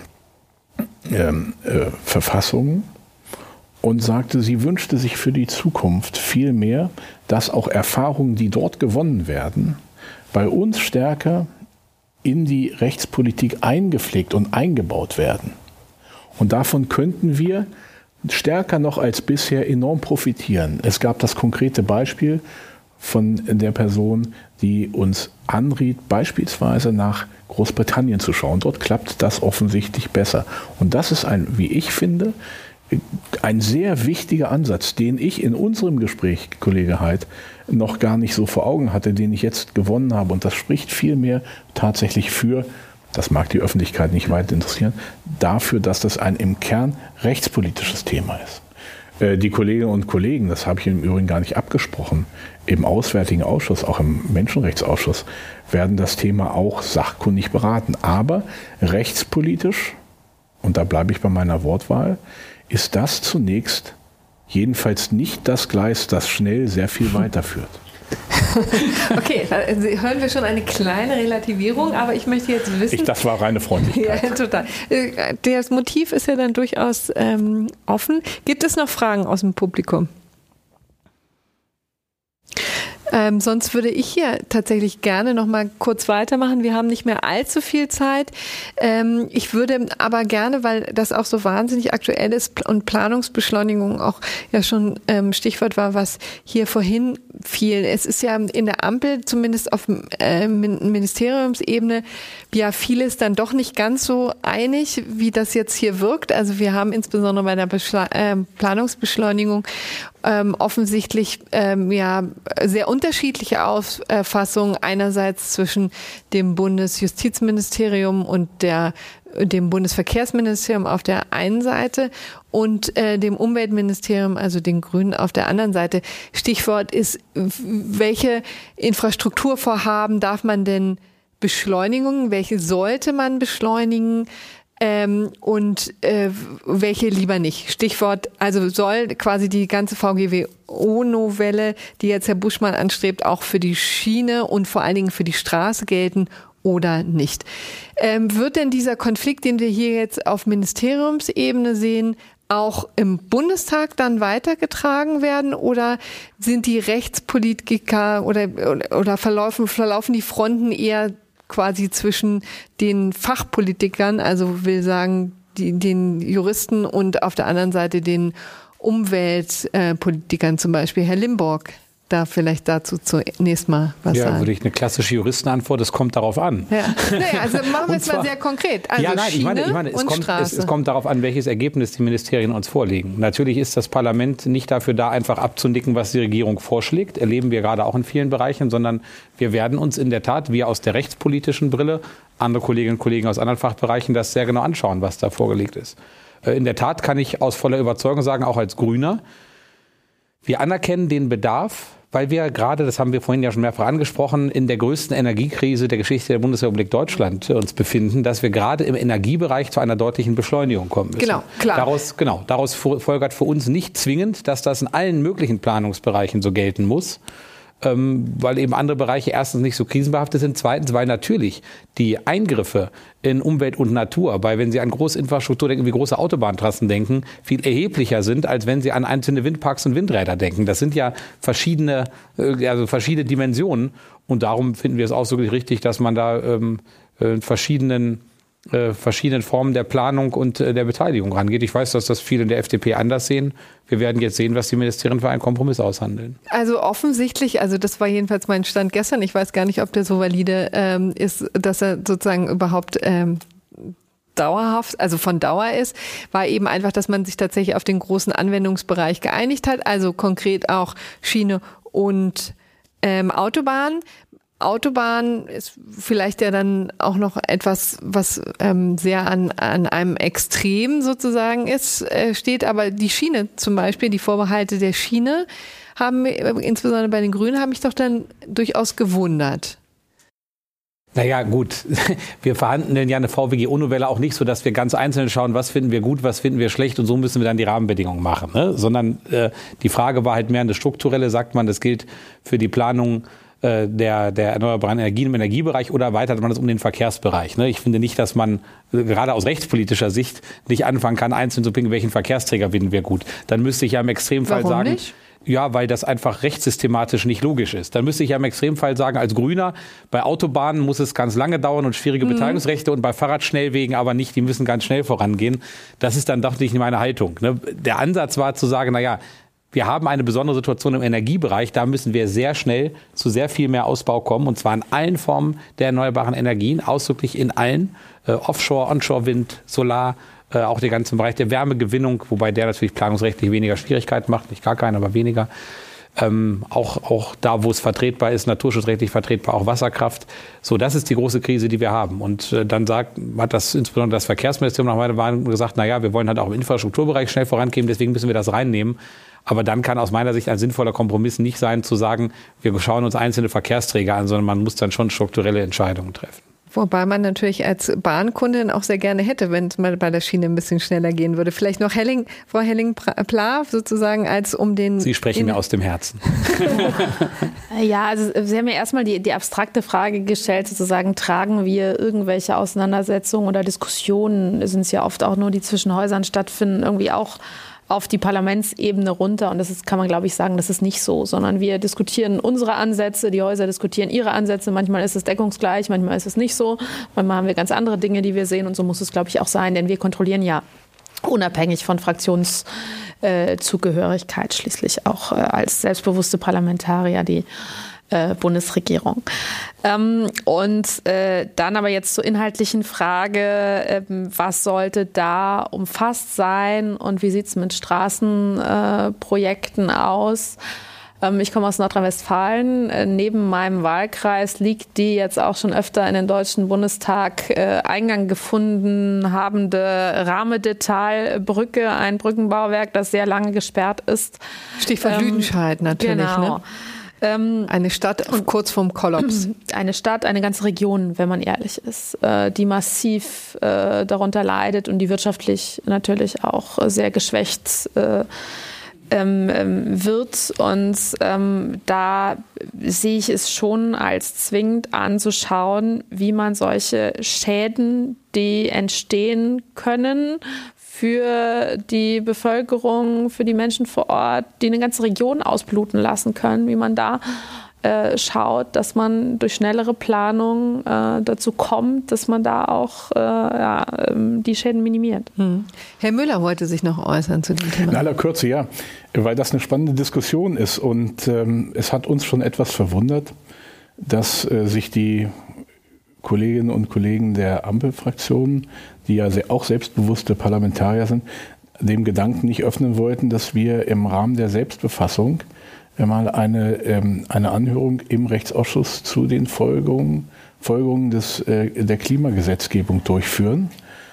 ähm, äh, Verfassungen und sagte, sie wünschte sich für die Zukunft viel mehr, dass auch Erfahrungen, die dort gewonnen werden, bei uns stärker in die Rechtspolitik eingepflegt und eingebaut werden. Und davon könnten wir stärker noch als bisher enorm profitieren. Es gab das konkrete Beispiel von der Person, die uns anriet, beispielsweise nach Großbritannien zu schauen. Dort klappt das offensichtlich besser. Und das ist ein, wie ich finde, ein sehr wichtiger Ansatz, den ich in unserem Gespräch, Kollege Haidt, noch gar nicht so vor Augen hatte, den ich jetzt gewonnen habe. Und das spricht vielmehr tatsächlich für, das mag die Öffentlichkeit nicht weit interessieren, dafür, dass das ein im Kern rechtspolitisches Thema ist. Die Kolleginnen und Kollegen, das habe ich im Übrigen gar nicht abgesprochen, im Auswärtigen Ausschuss, auch im Menschenrechtsausschuss, werden das Thema auch sachkundig beraten. Aber rechtspolitisch, und da bleibe ich bei meiner Wortwahl, ist das zunächst jedenfalls nicht das Gleis, das schnell sehr viel weiterführt. Okay, da hören wir schon eine kleine Relativierung, aber ich möchte jetzt wissen... Ich, das war reine Freundlichkeit. Ja, total. Das Motiv ist ja dann durchaus ähm, offen. Gibt es noch Fragen aus dem Publikum? Ähm, sonst würde ich hier tatsächlich gerne noch mal kurz weitermachen. Wir haben nicht mehr allzu viel Zeit. Ähm, ich würde aber gerne, weil das auch so wahnsinnig aktuell ist und Planungsbeschleunigung auch ja schon ähm, Stichwort war, was hier vorhin fiel. Es ist ja in der Ampel, zumindest auf äh, Ministeriumsebene, ja vieles dann doch nicht ganz so einig, wie das jetzt hier wirkt. Also wir haben insbesondere bei der Beschle- äh, Planungsbeschleunigung ähm, offensichtlich ähm, ja sehr unterschiedliche Auffassungen einerseits zwischen dem Bundesjustizministerium und der dem Bundesverkehrsministerium auf der einen Seite und äh, dem Umweltministerium, also den Grünen, auf der anderen Seite. Stichwort ist, welche Infrastrukturvorhaben darf man denn beschleunigen, welche sollte man beschleunigen ähm, und äh, welche lieber nicht. Stichwort, also soll quasi die ganze V G W O-Novelle, die jetzt Herr Buschmann anstrebt, auch für die Schiene und vor allen Dingen für die Straße gelten oder nicht. Ähm, wird denn dieser Konflikt, den wir hier jetzt auf Ministeriumsebene sehen, auch im Bundestag dann weitergetragen werden oder sind die Rechtspolitiker oder, oder, oder verlaufen, verlaufen die Fronten eher quasi zwischen den Fachpolitikern, also will sagen, die, den Juristen und auf der anderen Seite den Umweltpolitikern, zum Beispiel Herr Limborg? Da vielleicht dazu zunächst mal was ja, sagen. Ja, würde ich eine klassische Juristenantwort, es kommt darauf an. Ja, naja, also machen wir es mal sehr konkret. Also ja, nein, Schiene ich meine, ich meine es, und kommt, Straße. Es, es kommt darauf an, welches Ergebnis die Ministerien uns vorlegen. Natürlich ist das Parlament nicht dafür da, einfach abzunicken, was die Regierung vorschlägt. Erleben wir gerade auch in vielen Bereichen, sondern wir werden uns in der Tat, wir aus der rechtspolitischen Brille, andere Kolleginnen und Kollegen aus anderen Fachbereichen, das sehr genau anschauen, was da vorgelegt ist. In der Tat kann ich aus voller Überzeugung sagen, auch als Grüner, wir anerkennen den Bedarf, weil wir gerade, das haben wir vorhin ja schon mehrfach angesprochen, in der größten Energiekrise der Geschichte der Bundesrepublik Deutschland uns befinden, dass wir gerade im Energiebereich zu einer deutlichen Beschleunigung kommen müssen. Genau, klar. Daraus, genau, daraus folgert für uns nicht zwingend, dass das in allen möglichen Planungsbereichen so gelten muss, ähm, weil eben andere Bereiche erstens nicht so krisenbehaftet sind, zweitens, weil natürlich die Eingriffe in Umwelt und Natur, weil wenn Sie an Großinfrastruktur denken, wie große Autobahntrassen denken, viel erheblicher sind, als wenn Sie an einzelne Windparks und Windräder denken. Das sind ja verschiedene, also verschiedene Dimensionen und darum finden wir es auch so richtig, dass man da ähm, äh, verschiedenen äh, verschiedenen Formen der Planung und äh, der Beteiligung rangeht. Ich weiß, dass das viele in der F D P anders sehen. Wir werden jetzt sehen, was die Ministerien für einen Kompromiss aushandeln. Also offensichtlich, also das war jedenfalls mein Stand gestern, ich weiß gar nicht, ob der so valide ähm, ist, dass er sozusagen überhaupt ähm, dauerhaft, also von Dauer ist, war eben einfach, dass man sich tatsächlich auf den großen Anwendungsbereich geeinigt hat, also konkret auch Schiene und ähm, Autobahn. Autobahn ist vielleicht ja dann auch noch etwas, was ähm, sehr an, an einem Extrem sozusagen ist, äh, steht. Aber die Schiene zum Beispiel, die Vorbehalte der Schiene haben, äh, insbesondere bei den Grünen, haben mich doch dann durchaus gewundert. Naja, gut. Wir verhandeln ja eine V W G O-Novelle auch nicht so, dass wir ganz einzeln schauen, was finden wir gut, was finden wir schlecht und so müssen wir dann die Rahmenbedingungen machen. Ne? Sondern äh, die Frage war halt mehr eine strukturelle, sagt man, das gilt für die Planung Der, der erneuerbaren Energien im Energiebereich oder erweitert man das um den Verkehrsbereich. Ne? Ich finde nicht, dass man gerade aus rechtspolitischer Sicht nicht anfangen kann, einzeln zu pinkeln, welchen Verkehrsträger finden wir gut. Dann müsste ich ja im Extremfall Warum sagen, nicht? Ja, weil das einfach rechtssystematisch nicht logisch ist. Dann müsste ich ja im Extremfall sagen, als Grüner, bei Autobahnen muss es ganz lange dauern und schwierige mhm. Beteiligungsrechte und bei Fahrradschnellwegen aber nicht, die müssen ganz schnell vorangehen. Das ist dann doch nicht meine Haltung. Ne? Der Ansatz war zu sagen, naja, wir haben eine besondere Situation im Energiebereich. Da müssen wir sehr schnell zu sehr viel mehr Ausbau kommen. Und zwar in allen Formen der erneuerbaren Energien, ausdrücklich in allen. Äh, Offshore, Onshore-Wind, Solar, äh, auch den ganzen Bereich der Wärmegewinnung, wobei der natürlich planungsrechtlich weniger Schwierigkeiten macht, nicht gar keine, aber weniger. Ähm, auch, auch da, wo es vertretbar ist, naturschutzrechtlich vertretbar, auch Wasserkraft. So, das ist die große Krise, die wir haben. Und äh, dann sagt, hat das insbesondere das Verkehrsministerium nach meiner Meinung gesagt, na ja, wir wollen halt auch im Infrastrukturbereich schnell vorangehen, deswegen müssen wir das reinnehmen. Aber dann kann aus meiner Sicht ein sinnvoller Kompromiss nicht sein, zu sagen, wir schauen uns einzelne Verkehrsträger an, sondern man muss dann schon strukturelle Entscheidungen treffen. Wobei man natürlich als Bahnkundin auch sehr gerne hätte, wenn es mal bei der Schiene ein bisschen schneller gehen würde. Vielleicht noch Helling, Frau Helling-Pla sozusagen, als um den... Sie sprechen mir aus dem Herzen. Ja, also Sie haben ja erstmal die, die abstrakte Frage gestellt, sozusagen, tragen wir irgendwelche Auseinandersetzungen oder Diskussionen, es sind ja oft auch nur, die zwischen Häusern stattfinden, irgendwie auch auf die Parlamentsebene runter. Und das ist, kann man, glaube ich, sagen, das ist nicht so, sondern wir diskutieren unsere Ansätze, die Häuser diskutieren ihre Ansätze. Manchmal ist es deckungsgleich, manchmal ist es nicht so. Manchmal haben wir ganz andere Dinge, die wir sehen. Und so muss es, glaube ich, auch sein, denn wir kontrollieren ja unabhängig von Fraktionszugehörigkeit äh, schließlich auch äh, als selbstbewusste Parlamentarier die Äh, Bundesregierung. Ähm, und äh, dann aber jetzt zur inhaltlichen Frage, äh, was sollte da umfasst sein und wie sieht es mit Straßenprojekten äh, aus? Ähm, ich komme aus Nordrhein-Westfalen. Äh, neben meinem Wahlkreis liegt die jetzt auch schon öfter in den Deutschen Bundestag äh, Eingang gefunden habende Rahmedetail-Brücke, ein Brückenbauwerk, das sehr lange gesperrt ist. Stichwort ähm, Lüdenscheid natürlich, genau. ne? Eine Stadt kurz vorm Kollaps. Eine Stadt, eine ganze Region, wenn man ehrlich ist, die massiv darunter leidet und die wirtschaftlich natürlich auch sehr geschwächt wird. Und da sehe ich es schon als zwingend anzuschauen, wie man solche Schäden, die entstehen können, für die Bevölkerung, für die Menschen vor Ort, die eine ganze Region ausbluten lassen können, wie man da äh, schaut, dass man durch schnellere Planung äh, dazu kommt, dass man da auch äh, ja, die Schäden minimiert. Hm. Herr Müller wollte sich noch äußern zu dem Thema. In aller Kürze, ja, weil das eine spannende Diskussion ist und ähm, es hat uns schon etwas verwundert, dass äh, sich die Kolleginnen und Kollegen der Ampelfraktionen, die ja auch selbstbewusste Parlamentarier sind, dem Gedanken nicht öffnen wollten, dass wir im Rahmen der Selbstbefassung mal eine, eine Anhörung im Rechtsausschuss zu den Folgerungen, Folgerungen des, der Klimagesetzgebung durchführen.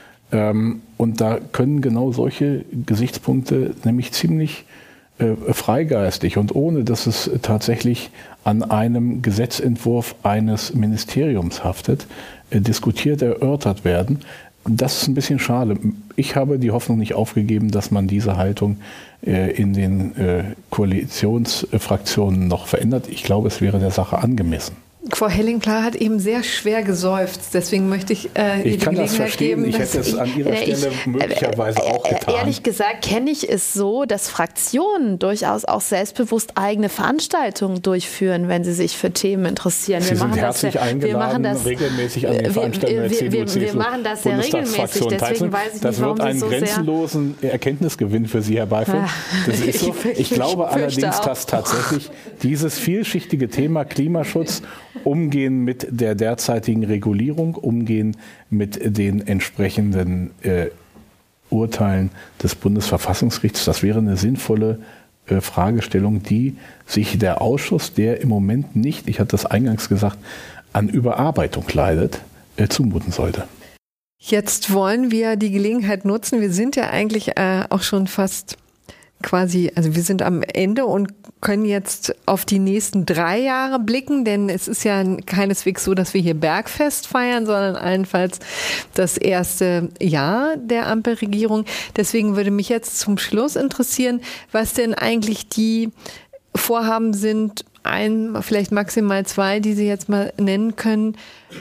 Und da können genau solche Gesichtspunkte nämlich ziemlich freigeistig und ohne, dass es tatsächlich an einem Gesetzentwurf eines Ministeriums haftet, diskutiert, erörtert werden. Das ist ein bisschen schade. Ich habe die Hoffnung nicht aufgegeben, dass man diese Haltung in den Koalitionsfraktionen noch verändert. Ich glaube, es wäre der Sache angemessen. Frau Helling-Pla hat eben sehr schwer geseufzt, deswegen möchte ich äh, ihr ich die kann Gelegenheit das verstehen. geben. Ich hätte es an Ihrer ich, Stelle möglicherweise äh, auch getan. Ehrlich gesagt kenne ich es so, dass Fraktionen durchaus auch selbstbewusst eigene Veranstaltungen durchführen, wenn sie sich für Themen interessieren. Sie wir sind machen herzlich das, eingeladen, wir machen das, regelmäßig an den Veranstaltungen der C D U, C S U, wir machen das sehr regelmäßig, deswegen weiß ich das nicht, warum wird einen Sie so grenzenlosen sehr Erkenntnisgewinn für Sie herbeiführen. Das ist so. Ich, ich glaube allerdings, auch. dass tatsächlich dieses vielschichtige Thema Klimaschutz, Umgehen mit der derzeitigen Regulierung, Umgehen mit den entsprechenden äh, Urteilen des Bundesverfassungsgerichts, das wäre eine sinnvolle äh, Fragestellung, die sich der Ausschuss, der im Moment nicht, ich hatte das eingangs gesagt, an Überarbeitung leidet, äh, zumuten sollte. Jetzt wollen wir die Gelegenheit nutzen. Wir sind ja eigentlich äh, auch schon fast quasi, also wir sind am Ende und können jetzt auf die nächsten drei Jahre blicken, denn es ist ja keineswegs so, dass wir hier Bergfest feiern, sondern allenfalls das erste Jahr der Ampelregierung. Deswegen würde mich jetzt zum Schluss interessieren, was denn eigentlich die Vorhaben sind, ein, vielleicht maximal zwei, die Sie jetzt mal nennen können,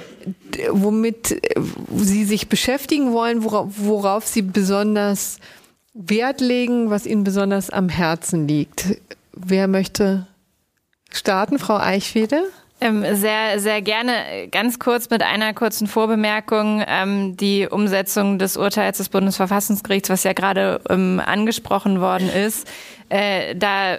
womit Sie sich beschäftigen wollen, worauf, worauf Sie besonders Wert legen, was Ihnen besonders am Herzen liegt. Wer möchte starten? Frau Eichwede? Ähm, sehr, sehr gerne. Ganz kurz mit einer kurzen Vorbemerkung. Ähm, die Umsetzung des Urteils des Bundesverfassungsgerichts, was ja gerade ähm, angesprochen worden ist, äh, da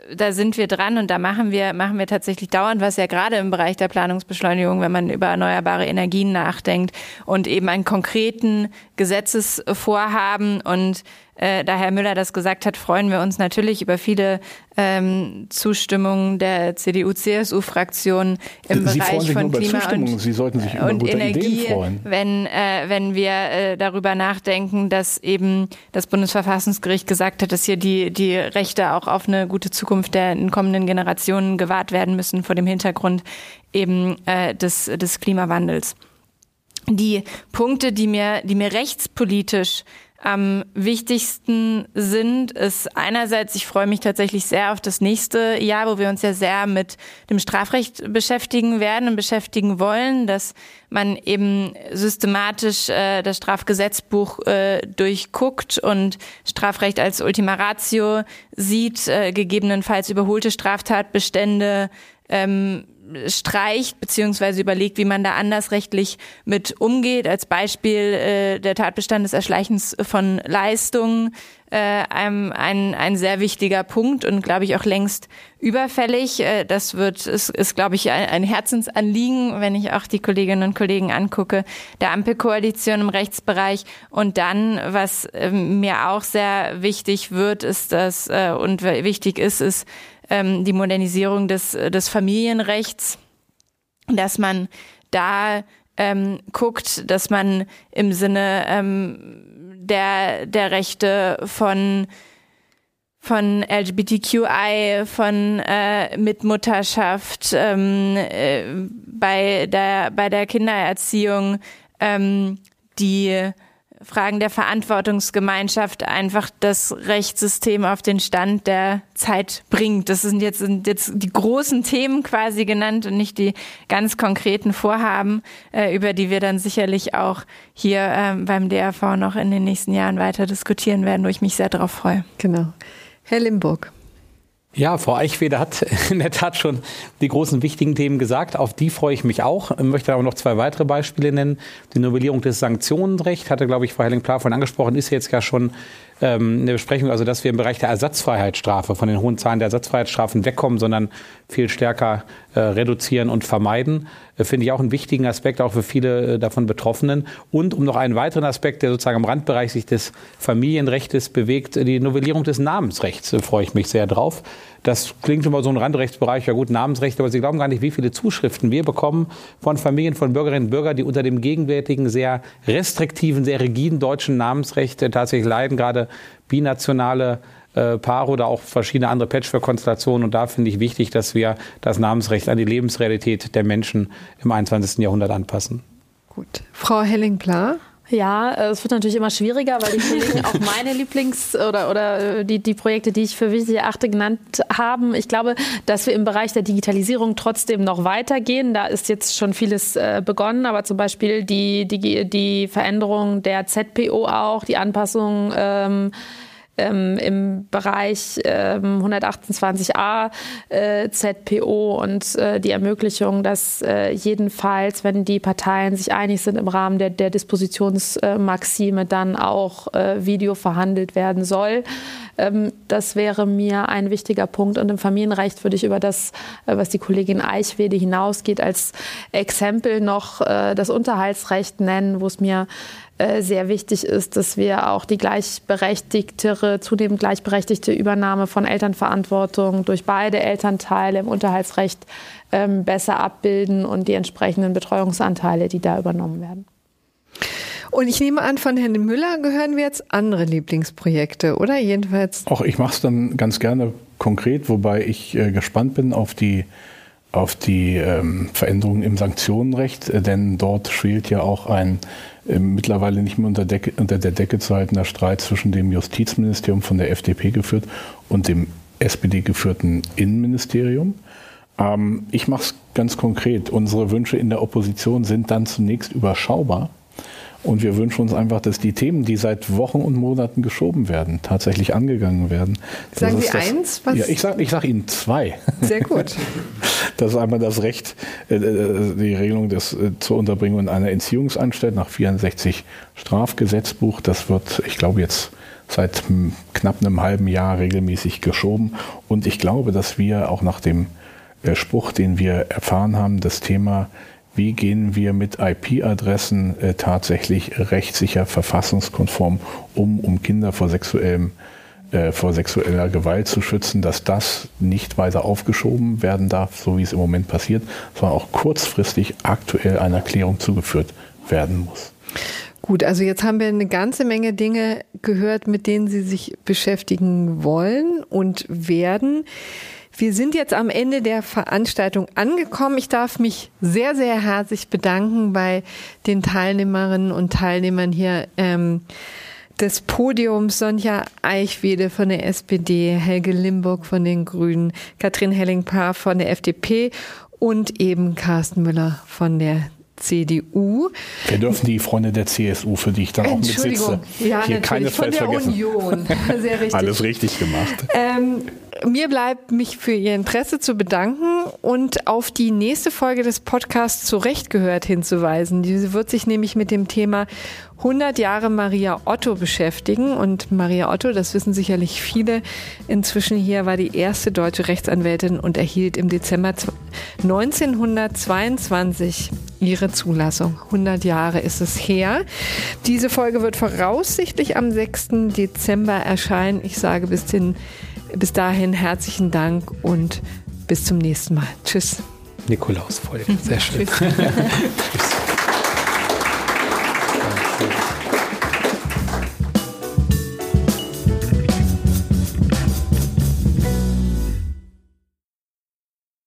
da sind wir dran und da machen wir, machen wir tatsächlich dauernd was, ja gerade im Bereich der Planungsbeschleunigung, wenn man über erneuerbare Energien nachdenkt und eben einen konkreten Gesetzesvorhaben. Und äh, da Herr Müller das gesagt hat, freuen wir uns natürlich über viele ähm, Zustimmungen der C D U-C S U-Fraktion im Sie Bereich von Klima und, Sie sollten sich über und gute Energie, Ideen freuen. wenn, äh, wenn wir äh, darüber nachdenken, dass eben das Bundesverfassungsgericht gesagt hat, dass hier die, die Rechte auch auf eine gute Zukunft der kommenden Generationen gewahrt werden müssen vor dem Hintergrund eben äh, des, des Klimawandels. Die Punkte, die mir, die mir rechtspolitisch am wichtigsten sind, ist einerseits, ich freue mich tatsächlich sehr auf das nächste Jahr, wo wir uns ja sehr mit dem Strafrecht beschäftigen werden und beschäftigen wollen, dass man eben systematisch äh, das Strafgesetzbuch äh, durchguckt und Strafrecht als Ultima Ratio sieht, äh, gegebenenfalls überholte Straftatbestände ähm, streicht beziehungsweise überlegt, wie man da anders rechtlich mit umgeht. Als Beispiel äh, der Tatbestand des Erschleichens von Leistungen, äh, ein, ein, ein sehr wichtiger Punkt und glaube ich auch längst überfällig. Äh, das wird ist, ist glaube ich ein, ein Herzensanliegen, wenn ich auch die Kolleginnen und Kollegen angucke, der Ampelkoalition im Rechtsbereich. Und dann, was äh, mir auch sehr wichtig wird, ist das äh, und wichtig ist, ist die Modernisierung des, des Familienrechts, dass man da ähm, guckt, dass man im Sinne ähm, der, der Rechte von von L G B T Q I, von äh, Mitmutterschaft, ähm, äh, bei der bei der Kindererziehung, ähm, die Fragen der Verantwortungsgemeinschaft einfach das Rechtssystem auf den Stand der Zeit bringt. Das sind jetzt, sind jetzt die großen Themen quasi genannt und nicht die ganz konkreten Vorhaben, äh, über die wir dann sicherlich auch hier ähm, beim D R V noch in den nächsten Jahren weiter diskutieren werden, wo ich mich sehr darauf freue. Genau. Herr Limburg. Ja, Frau Eichwede hat in der Tat schon die großen wichtigen Themen gesagt. Auf die freue ich mich auch. Ich möchte aber noch zwei weitere Beispiele nennen. Die Novellierung des Sanktionenrechts hatte, glaube ich, Frau Helling-Pla vorhin angesprochen, ist jetzt ja schon ähm, eine Besprechung, also dass wir im Bereich der Ersatzfreiheitsstrafe von den hohen Zahlen der Ersatzfreiheitsstrafen wegkommen, sondern viel stärker äh, reduzieren und vermeiden. Äh, finde ich auch einen wichtigen Aspekt, auch für viele äh, davon Betroffenen. Und um noch einen weiteren Aspekt, der sozusagen am Randbereich sich des Familienrechts bewegt, die Novellierung des Namensrechts, äh, freue ich mich sehr drauf. Das klingt immer so ein Randrechtsbereich, ja gut, Namensrecht, aber Sie glauben gar nicht, wie viele Zuschriften wir bekommen von Familien, von Bürgerinnen und Bürgern, die unter dem gegenwärtigen, sehr restriktiven, sehr rigiden deutschen Namensrecht äh, tatsächlich leiden, gerade binationale äh, Paare oder auch verschiedene andere Patchwork-Konstellationen. Und da finde ich wichtig, dass wir das Namensrecht an die Lebensrealität der Menschen im einundzwanzigsten Jahrhundert anpassen. Gut. Frau Helling-Pla? Ja, es wird natürlich immer schwieriger, weil die Kollegen auch meine Lieblings- oder, oder die, die Projekte, die ich für wichtig erachte, genannt haben. Ich glaube, dass wir im Bereich der Digitalisierung trotzdem noch weitergehen. Da ist jetzt schon vieles äh, begonnen, aber zum Beispiel die, die, die Veränderung der Z P O auch, die Anpassung ähm, Ähm, im Bereich ähm, hundertachtundzwanzig a äh, Z P O und äh, die Ermöglichung, dass äh, jedenfalls, wenn die Parteien sich einig sind im Rahmen der, der Dispositionsmaxime, dann auch äh, Video verhandelt werden soll. Ähm, das wäre mir ein wichtiger Punkt. Und im Familienrecht würde ich über das, äh, was die Kollegin Eichwede hinausgeht, als Exempel noch äh, das Unterhaltsrecht nennen, wo es mir sehr wichtig ist, dass wir auch die gleichberechtigtere, zunehmend gleichberechtigte Übernahme von Elternverantwortung durch beide Elternteile im Unterhaltsrecht ähm, besser abbilden und die entsprechenden Betreuungsanteile, die da übernommen werden. Und ich nehme an, von Herrn Müller gehören wir jetzt andere Lieblingsprojekte, oder? Jedenfalls. Auch ich mache es dann ganz gerne konkret, wobei ich äh, gespannt bin auf die auf die ähm, Veränderungen im Sanktionenrecht, äh, denn dort schwelt ja auch ein äh, mittlerweile nicht mehr unter, Decke, unter der Decke zu haltender Streit zwischen dem Justizministerium von der F D P geführt und dem S P D geführten Innenministerium. Ähm, ich mache es ganz konkret. Unsere Wünsche in der Opposition sind dann zunächst überschaubar. Und wir wünschen uns einfach, dass die Themen, die seit Wochen und Monaten geschoben werden, tatsächlich angegangen werden. Sagen Sie das, eins? Was? Ja, ich sage ich sag Ihnen zwei. Sehr gut. Das ist einmal das Recht, äh, die Regelung des, äh, zur Unterbringung in einer Entziehungsanstalt nach vierundsechzig Strafgesetzbuch. Das wird, ich glaube, jetzt seit knapp einem halben Jahr regelmäßig geschoben. Und ich glaube, dass wir auch nach dem Spruch, den wir erfahren haben, das Thema, wie gehen wir mit I P-Adressen äh, tatsächlich rechtssicher, verfassungskonform um, um Kinder vor sexuellem, äh, vor sexueller Gewalt zu schützen, dass das nicht weiter aufgeschoben werden darf, so wie es im Moment passiert, sondern auch kurzfristig aktuell einer Klärung zugeführt werden muss. Gut, also jetzt haben wir eine ganze Menge Dinge gehört, mit denen Sie sich beschäftigen wollen und werden. Wir sind jetzt am Ende der Veranstaltung angekommen. Ich darf mich sehr, sehr herzlich bedanken bei den Teilnehmerinnen und Teilnehmern hier ähm, des Podiums. Sonja Eichwede von der S P D, Helge Limburg von den Grünen, Katrin Helling-Paar von der F D P und eben Carsten Müller von der C D U. Wir dürfen die Freunde der C S U, für die ich dann auch mitsitze, ja, hier keinesfalls von der vergessen. Union. Sehr richtig. Alles richtig gemacht. Ähm, mir bleibt, mich für Ihr Interesse zu bedanken und auf die nächste Folge des Podcasts zu Recht gehört hinzuweisen. Diese wird sich nämlich mit dem Thema hundert Jahre Maria Otto beschäftigen. Und Maria Otto, das wissen sicherlich viele inzwischen hier, war die erste deutsche Rechtsanwältin und erhielt im Dezember neunzehnhundertzweiundzwanzig ihre Zulassung. hundert Jahre ist es her. Diese Folge wird voraussichtlich am sechsten Dezember erscheinen. Ich sage bis, den, bis dahin herzlichen Dank und bis zum nächsten Mal. Tschüss. Nikolausfolge. Sehr schön. Tschüss.